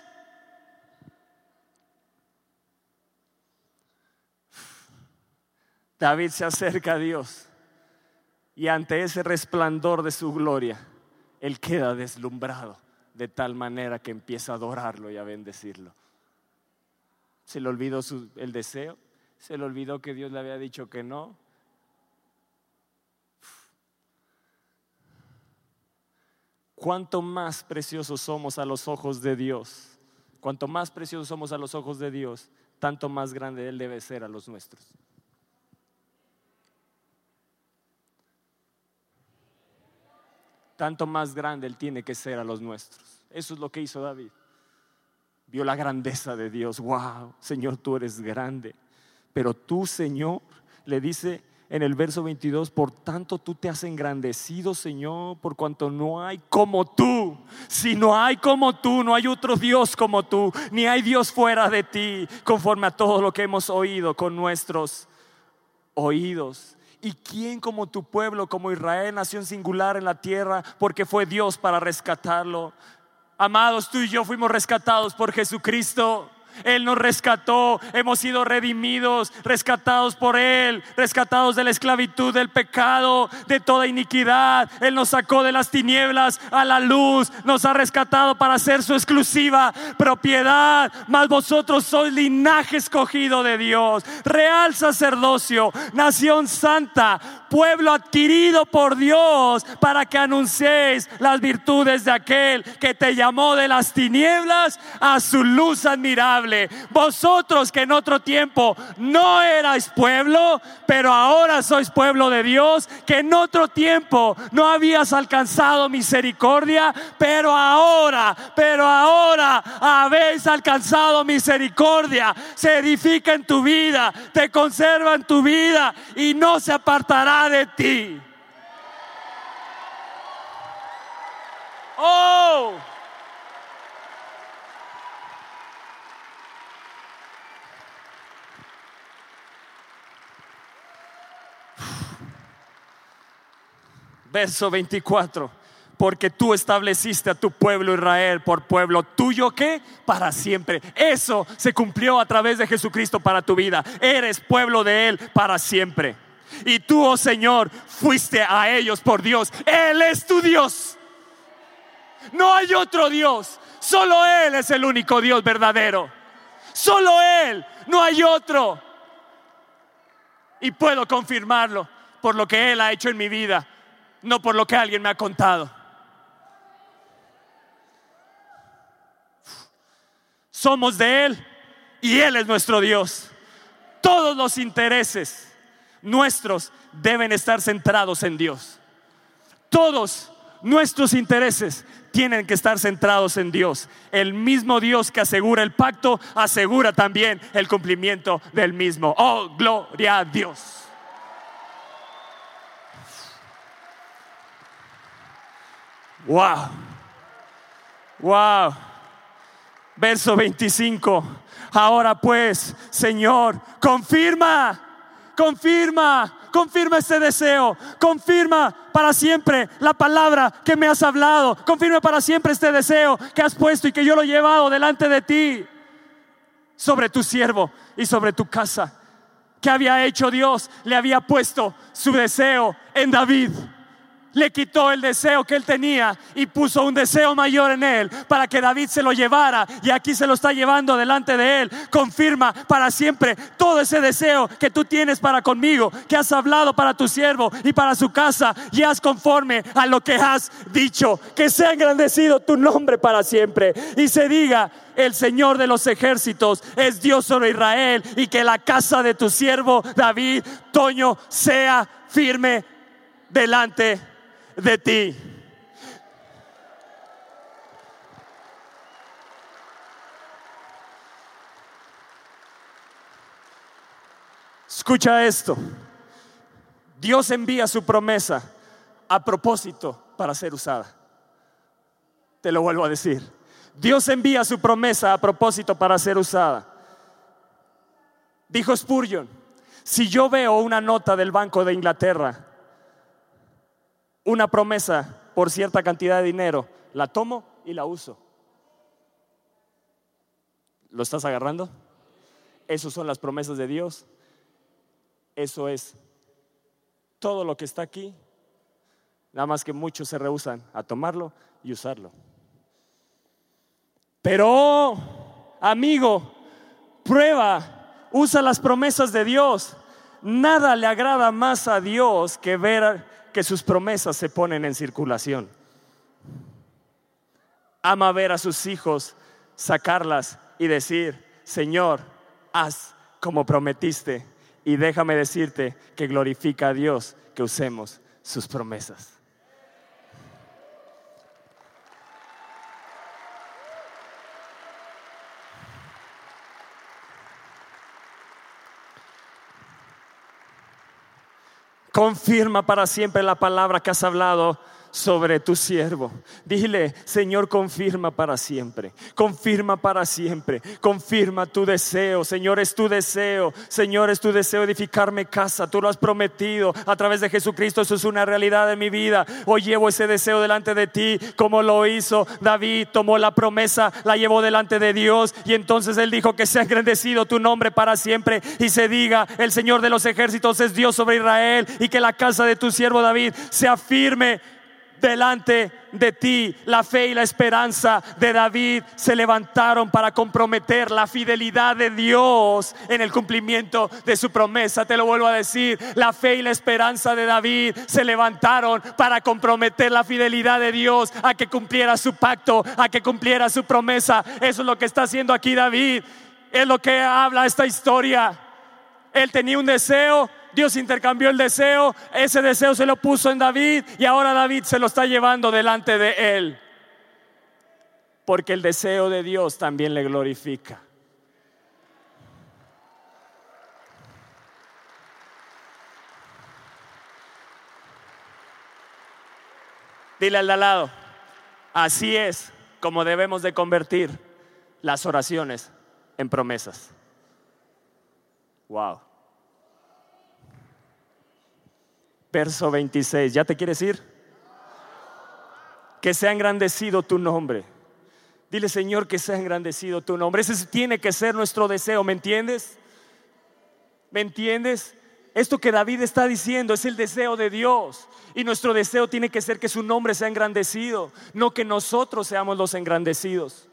David se acerca a Dios y ante ese resplandor de su gloria, él queda deslumbrado de tal manera que empieza a adorarlo y a bendecirlo. Se le olvidó el deseo, se le olvidó que Dios le había dicho que no. Cuánto más preciosos somos a los ojos de Dios, cuanto más preciosos somos a los ojos de Dios, tanto más grande Él debe ser a los nuestros. Tanto más grande Él tiene que ser a los nuestros. Eso es lo que hizo David. Vio la grandeza de Dios. Wow, Señor, tú eres grande. Pero tú, Señor, le dice en el verso 22: por tanto tú te has engrandecido, Señor, por cuanto no hay como tú. Si no hay como tú, no hay otro Dios como tú, ni hay Dios fuera de ti, conforme a todo lo que hemos oído con nuestros oídos. ¿Y quién como tu pueblo, como Israel, nación singular en la tierra? Porque fue Dios para rescatarlo. Amados, tú y yo fuimos rescatados por Jesucristo. Él nos rescató, hemos sido redimidos, rescatados por Él, rescatados de la esclavitud, del pecado, de toda iniquidad. Él nos sacó de las tinieblas a la luz, nos ha rescatado para ser su exclusiva propiedad. Mas vosotros sois linaje escogido de Dios, real sacerdocio, nación santa, pueblo adquirido por Dios, para que anunciéis las virtudes de aquel que te llamó de las tinieblas a su luz admirable. Vosotros que en otro tiempo no erais pueblo, pero ahora sois pueblo de Dios, que en otro tiempo no habías alcanzado misericordia, pero ahora habéis alcanzado misericordia. Se edifica en tu vida, te conserva en tu vida y no se apartará de ti. Oh, verso 24. Porque tú estableciste a tu pueblo Israel por pueblo tuyo, ¿qué? Para siempre. Eso se cumplió a través de Jesucristo para tu vida. Eres pueblo de Él para siempre. Y tú, oh Señor, fuiste a ellos por Dios. Él es tu Dios. No hay otro Dios. Solo Él es el único Dios verdadero. Solo Él, no hay otro. Y puedo confirmarlo por lo que Él ha hecho en mi vida, no por lo que alguien me ha contado. Somos de Él y Él es nuestro Dios. Todos los intereses nuestros deben estar centrados en Dios. Todos nuestros intereses tienen que estar centrados en Dios. El mismo Dios que asegura el pacto, asegura también el cumplimiento del mismo. Oh, gloria a Dios. Wow. Wow. Verso 25. Ahora pues, Señor, confirma este deseo. Confirma para siempre la palabra que me has hablado. Confirma para siempre este deseo que has puesto y que yo lo he llevado delante de ti, sobre tu siervo y sobre tu casa. ¿Qué había hecho Dios? Le había puesto su deseo en David. Le quitó el deseo que él tenía y puso un deseo mayor en él, para que David se lo llevara, y aquí se lo está llevando delante de él. Confirma para siempre todo ese deseo que tú tienes para conmigo, que has hablado para tu siervo y para su casa, y haz conforme a lo que has dicho. Que sea engrandecido tu nombre para siempre, y se diga: el Señor de los ejércitos es Dios sobre Israel, y que la casa de tu siervo David, Toño, sea firme delante de ti. Escucha esto. Dios envía su promesa a propósito para ser usada. Te lo vuelvo a decir. Dios envía su promesa a propósito para ser usada. Dijo Spurgeon: si yo veo una nota del Banco de Inglaterra, una promesa por cierta cantidad de dinero, la tomo y la uso. ¿Lo estás agarrando? Esas son las promesas de Dios. Eso es todo lo que está aquí. Nada más que muchos se rehúsan a tomarlo y usarlo. Pero, amigo, prueba, usa las promesas de Dios. Nada le agrada más a Dios que ver que sus promesas se ponen en circulación. Ama ver a sus hijos sacarlas y decir: Señor, haz como prometiste. Y déjame decirte que glorifica a Dios que usemos sus promesas. Confirma para siempre la palabra que has hablado sobre tu siervo. Dile: Señor, confirma para siempre, confirma para siempre, confirma tu deseo. Señor, es tu deseo, Señor, es tu deseo edificarme casa. Tú lo has prometido a través de Jesucristo. Eso es una realidad de mi vida. Hoy llevo ese deseo delante de ti, como lo hizo David. Tomó la promesa, la llevó delante de Dios, y entonces él dijo: que sea engrandecido tu nombre para siempre, y se diga: el Señor de los ejércitos es Dios sobre Israel, y que la casa de tu siervo David sea firme delante de ti. La fe y la esperanza de David se levantaron para comprometer la fidelidad de Dios en el cumplimiento de su promesa. Te lo vuelvo a decir: la fe y la esperanza de David se levantaron para comprometer la fidelidad de Dios a que cumpliera su pacto, a que cumpliera su promesa. Eso es lo que está haciendo aquí David. Es lo que habla esta historia. Él tenía un deseo, Dios intercambió el deseo, ese deseo se lo puso en David, y ahora David se lo está llevando delante de él, porque el deseo de Dios también le glorifica. Dile al de al lado: así es como debemos de convertir las oraciones en promesas. Wow. Verso 26. ¿Ya te quieres ir? Que sea engrandecido tu nombre. Dile: Señor, que sea engrandecido tu nombre. Ese tiene que ser nuestro deseo. ¿Me entiendes? ¿Me entiendes? Esto que David está diciendo es el deseo de Dios, y nuestro deseo tiene que ser que su nombre sea engrandecido, no que nosotros seamos los engrandecidos.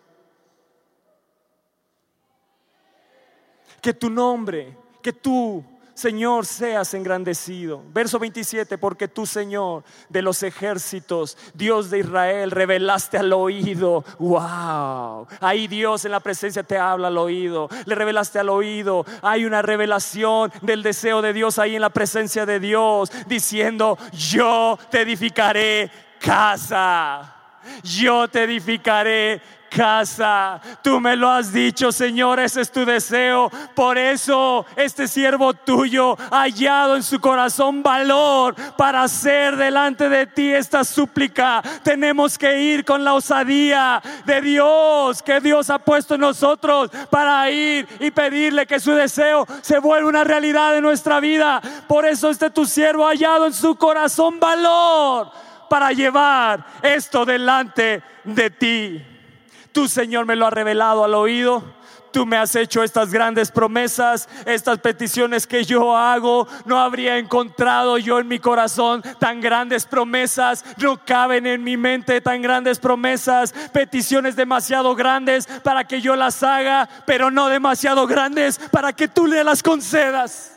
Que tu nombre, que tú, Señor, seas engrandecido. Verso 27. Porque tú, Señor de los ejércitos, Dios de Israel, revelaste al oído. Wow. Ahí Dios en la presencia te habla al oído. Le revelaste al oído. Hay una revelación del deseo de Dios ahí en la presencia de Dios, diciendo: yo te edificaré casa. Yo te edificaré casa. Tú me lo has dicho, Señor, ese es tu deseo. Por eso este siervo tuyo ha hallado en su corazón valor para hacer delante de ti esta súplica. Tenemos que ir con la osadía de Dios, que Dios ha puesto en nosotros, para ir y pedirle que su deseo se vuelva una realidad en nuestra vida. Por eso tu siervo ha hallado en su corazón valor para llevar esto delante de ti. Tú, Señor, me lo has revelado al oído. Tú me has hecho estas grandes promesas, estas peticiones que yo hago. No habría encontrado yo en mi corazón tan grandes promesas. No caben en mi mente tan grandes promesas. Peticiones demasiado grandes para que yo las haga, pero no demasiado grandes para que tú le las concedas.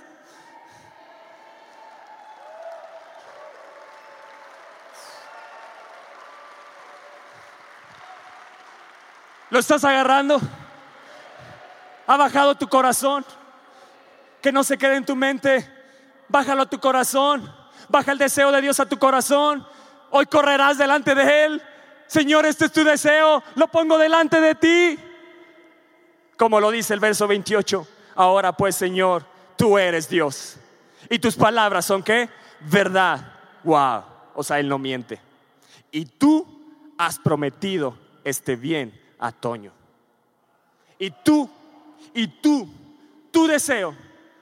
¿Lo estás agarrando? ¿Ha bajado tu corazón? Que no se quede en tu mente. Bájalo a tu corazón. Baja el deseo de Dios a tu corazón. Hoy correrás delante de Él. Señor, este es tu deseo, lo pongo delante de ti. Como lo dice el verso 28. Ahora pues, Señor, tú eres Dios, y tus palabras son ¿qué? Verdad. Wow. O sea, Él no miente. Y tú has prometido este bien a Toño. Y tu deseo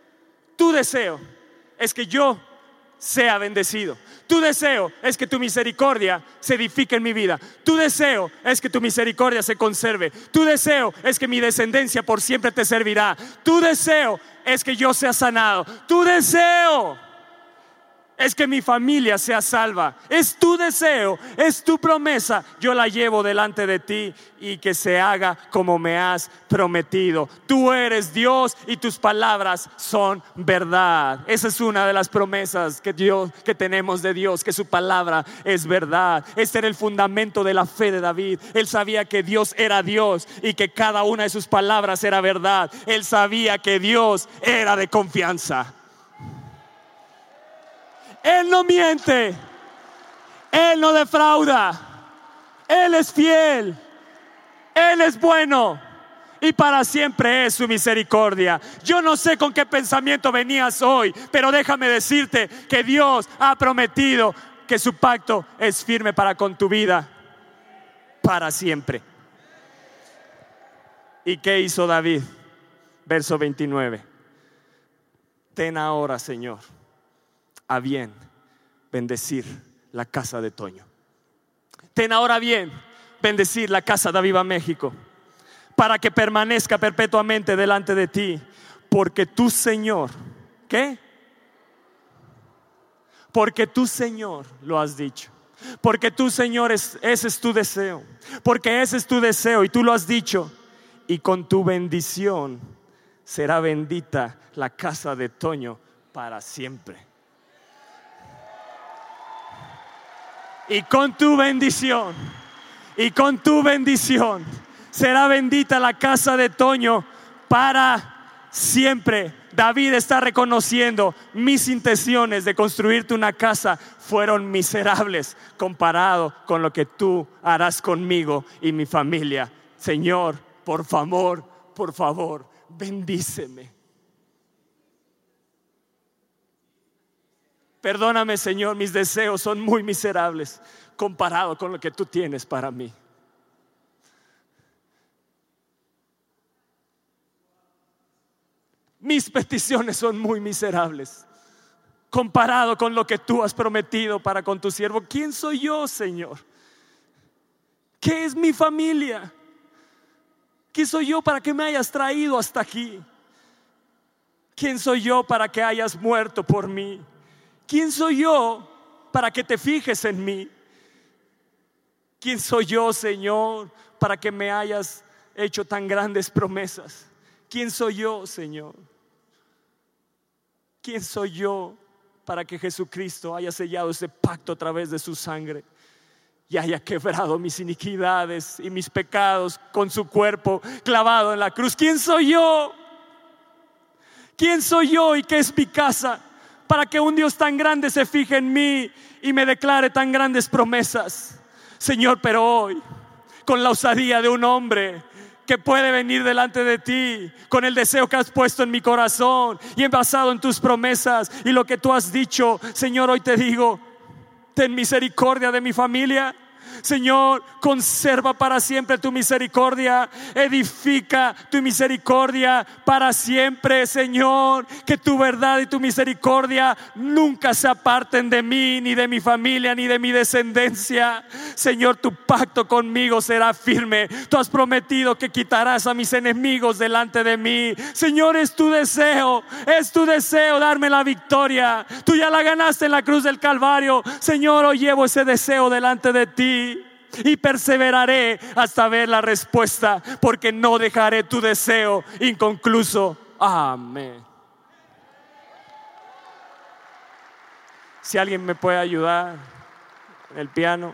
es que yo sea bendecido. Tu deseo es que tu misericordia se edifique en mi vida. Tu deseo es que tu misericordia se conserve. Tu deseo es que mi descendencia por siempre te servirá. Tu deseo es que yo sea sanado. Tu deseo es que mi familia sea salva. Es tu deseo, es tu promesa. Yo la llevo delante de ti, y que se haga como me has prometido. Tú eres Dios y tus palabras son verdad. Esa es una de las promesas que tenemos de Dios, que su palabra es verdad. Este era el fundamento de la fe de David. Él sabía que Dios era Dios y que cada una de sus palabras era verdad. Él sabía que Dios era de confianza. Él no miente, Él no defrauda, Él es fiel, Él es bueno, y para siempre es su misericordia. Yo no sé con qué pensamiento venías hoy, pero déjame decirte que Dios ha prometido que su pacto es firme para con tu vida para siempre. ¿Y qué hizo David? Verso 29. Ten ahora, Señor, a bien bendecir la casa de Toño. Ten ahora bien bendecir la casa de Aviva México, para que permanezca perpetuamente delante de ti, porque tú, Señor, ¿qué? Porque tú, Señor, lo has dicho. Porque tú, Señor, ese es tu deseo. Porque ese es tu deseo y tú lo has dicho. Y con tu bendición será bendita la casa de Toño para siempre. Y con tu bendición será bendita la casa de Toño para siempre. David está reconociendo: mis intenciones de construirte una casa fueron miserables comparado con lo que tú harás conmigo y mi familia. Señor, por favor, bendíceme. Perdóname, Señor, mis deseos son muy miserables comparado con lo que tú tienes para mí. Mis peticiones son muy miserables comparado con lo que tú has prometido para con tu siervo. ¿Quién soy yo, Señor? ¿Qué es mi familia? ¿Quién soy yo para que me hayas traído hasta aquí? ¿Quién soy yo para que hayas muerto por mí? ¿Quién soy yo para que te fijes en mí? ¿Quién soy yo, Señor, para que me hayas hecho tan grandes promesas? ¿Quién soy yo, Señor? ¿Quién soy yo para que Jesucristo haya sellado ese pacto a través de su sangre y haya quebrado mis iniquidades y mis pecados con su cuerpo clavado en la cruz? ¿Quién soy yo? ¿Quién soy yo y qué es mi casa para que un Dios tan grande se fije en mí y me declare tan grandes promesas? Señor, pero hoy, con la osadía de un hombre que puede venir delante de ti, con el deseo que has puesto en mi corazón y basado en tus promesas y lo que tú has dicho, Señor, hoy te digo: ten misericordia de mi familia. Señor, conserva para siempre tu misericordia, edifica tu misericordia para siempre, Señor. Que tu verdad y tu misericordia nunca se aparten de mí, ni de mi familia, ni de mi descendencia. Señor, tu pacto conmigo será firme. Tú has prometido que quitarás a mis enemigos delante de mí. Señor, es tu deseo darme la victoria. Tú ya la ganaste en la cruz del Calvario. Señor, hoy llevo ese deseo delante de ti y perseveraré hasta ver la respuesta, porque no dejaré tu deseo inconcluso. Amén. Si alguien me puede ayudar en el piano.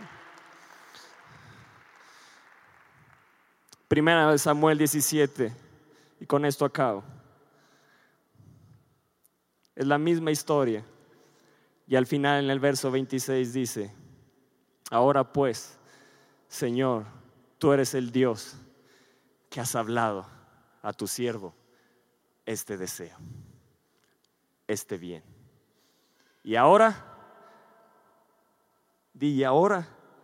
Primera de Samuel 17, y con esto acabo. Es la misma historia, y al final, en el verso 26, dice: ahora pues, Señor, tú eres el Dios que has hablado a tu siervo este deseo, este bien. Y ahora, di ahora,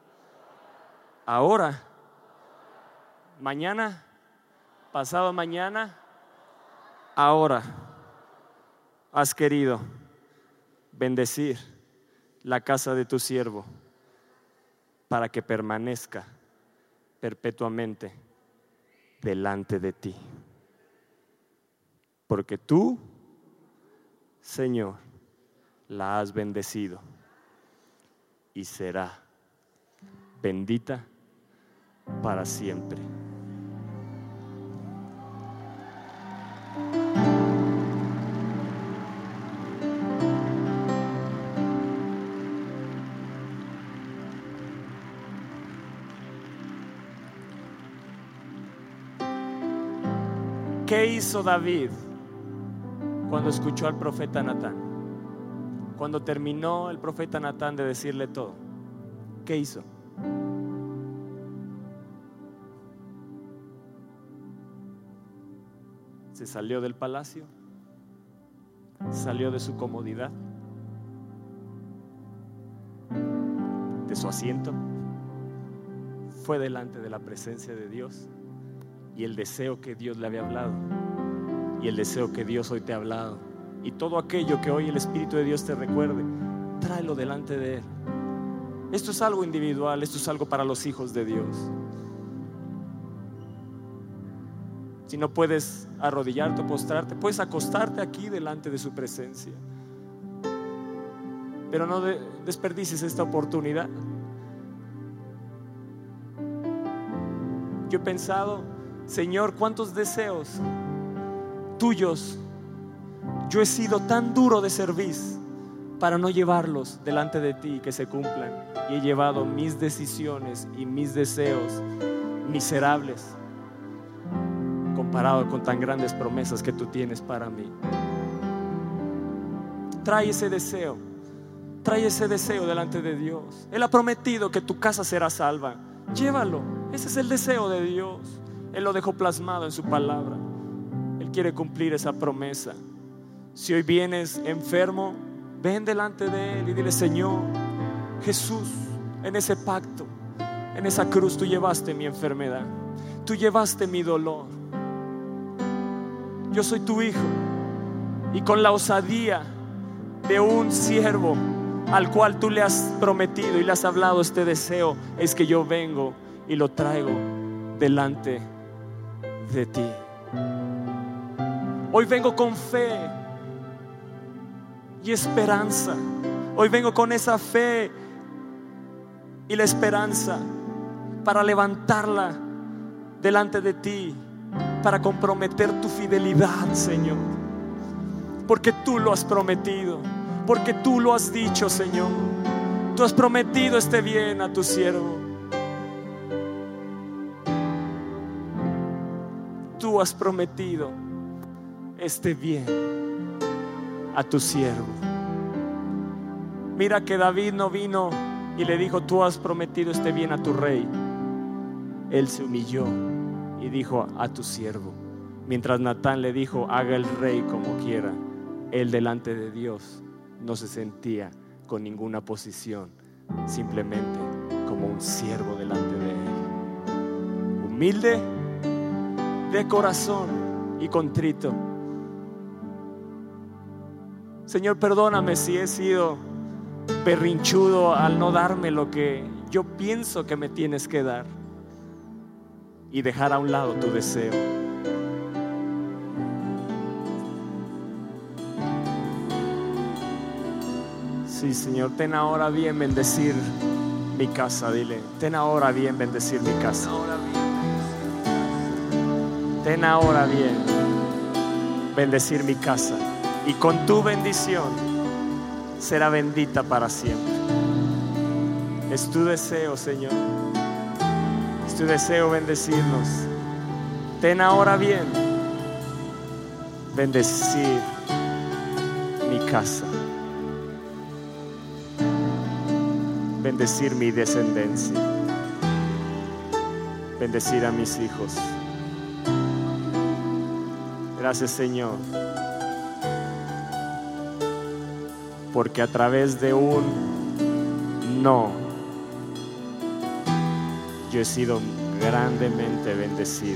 mañana, pasado mañana, ahora has querido bendecir la casa de tu siervo para que permanezca perpetuamente delante de ti. Porque tú, Señor, la has bendecido y será bendita para siempre. ¿Qué hizo David cuando escuchó al profeta Natán? Cuando terminó el profeta Natán de decirle todo, ¿qué hizo? Se salió del palacio, salió de su comodidad de su asiento, fue delante de la presencia de Dios, y el deseo que Dios le había hablado, y el deseo que Dios hoy te ha hablado, y todo aquello que hoy el Espíritu de Dios te recuerde, tráelo delante de Él. Esto es algo individual, esto es algo para los hijos de Dios. Si no puedes arrodillarte o postrarte, puedes acostarte aquí delante de su presencia, pero no desperdicies esta oportunidad. Yo he pensado, Señor, cuántos deseos tuyos yo he sido tan duro de servir para no llevarlos delante de ti, que se cumplan, y he llevado mis decisiones y mis deseos miserables comparado con tan grandes promesas que tú tienes para mí. Trae ese deseo delante de Dios. Él ha prometido que tu casa será salva. Llévalo, ese es el deseo de Dios. Él lo dejó plasmado en su palabra. Él quiere cumplir esa promesa. Si hoy vienes enfermo, ven delante de Él y dile: Señor Jesús, en ese pacto, en esa cruz, tú llevaste mi enfermedad, tú llevaste mi dolor. Yo soy tu hijo, y con la osadía de un siervo al cual tú le has prometido y le has hablado este deseo, es que yo vengo y lo traigo delante de ti. Hoy vengo con fe y esperanza. Hoy vengo con esa fe y la esperanza para levantarla delante de ti, para comprometer tu fidelidad, Señor, porque tú lo has prometido, porque tú lo has dicho, Señor. Tú has prometido este bien a tu siervo. Tú has prometido este bien a tu siervo. Mira que David no vino y le dijo: tú has prometido este bien a tu rey. Él se humilló y dijo: a tu siervo. Mientras Natán le dijo: haga el rey como quiera, él delante de Dios no se sentía con ninguna posición, simplemente como un siervo delante de Él, humilde de corazón y contrito. Señor, perdóname si he sido berrinchudo al no darme lo que yo pienso que me tienes que dar y dejar a un lado tu deseo. Sí, Señor, ten ahora bien bendecir mi casa. Dile: ten ahora bien bendecir mi casa. Ten ahora bien bendecir mi casa, y con tu bendición será bendita para siempre. Es tu deseo, Señor, es tu deseo bendecirnos. Ten ahora bien bendecir mi casa, bendecir mi descendencia, bendecir a mis hijos. Gracias, Señor, porque a través de un no, yo he sido grandemente bendecido.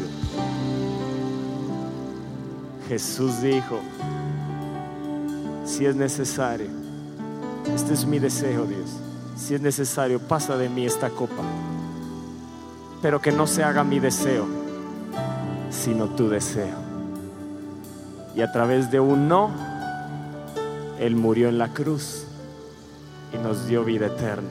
Jesús dijo: si es necesario, este es mi deseo, Dios, si es necesario, pasa de mí esta copa, pero que no se haga mi deseo, sino tu deseo. Y a través de un no, Él murió en la cruz y nos dio vida eterna.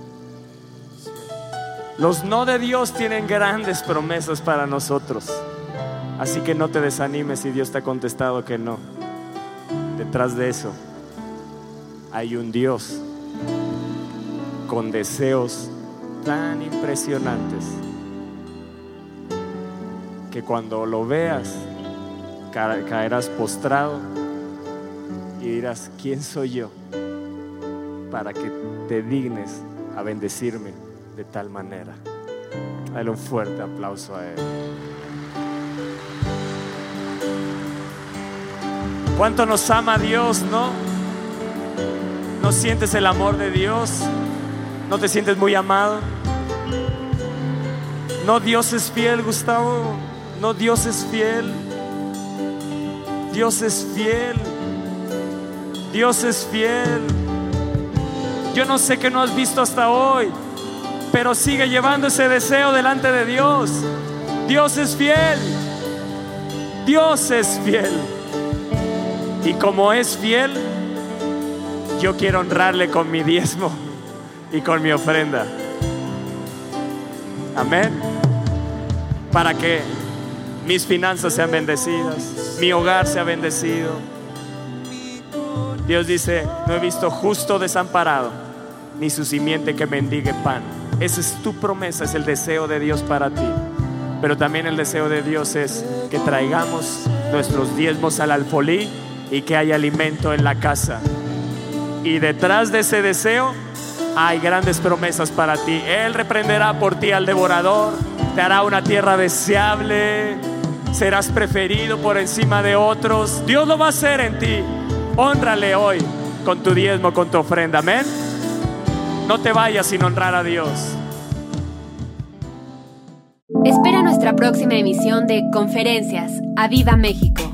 Los no de Dios tienen grandes promesas para nosotros, así que no te desanimes si Dios te ha contestado que no. Detrás de eso hay un Dios con deseos tan impresionantes que cuando lo veas caerás postrado y dirás: ¿quién soy yo para que te dignes a bendecirme de tal manera? Dale un fuerte aplauso a Él. ¿Cuánto nos ama Dios, no? ¿No sientes el amor de Dios? ¿No te sientes muy amado? No, Dios es fiel, Gustavo. No, Dios es fiel. Dios es fiel. Dios es fiel. Yo no sé qué no has visto hasta hoy, pero sigue llevando ese deseo delante de Dios. Dios es fiel. Dios es fiel. Y como es fiel, yo quiero honrarle con mi diezmo y con mi ofrenda. Amén. Para que mis finanzas sean bendecidas, mi hogar sea bendecido. Dios dice: no he visto justo desamparado, ni su simiente que mendigue pan. Esa es tu promesa, es el deseo de Dios para ti. Pero también el deseo de Dios es que traigamos nuestros diezmos al alfolí y que haya alimento en la casa. Y detrás de ese deseo hay grandes promesas para ti. Él reprenderá por ti al devorador, te hará una tierra deseable, serás preferido por encima de otros. Dios lo va a hacer en ti. Hónrale hoy con tu diezmo, con tu ofrenda. Amén. No te vayas sin honrar a Dios. Espera nuestra próxima emisión de Conferencias. ¡A Viva México!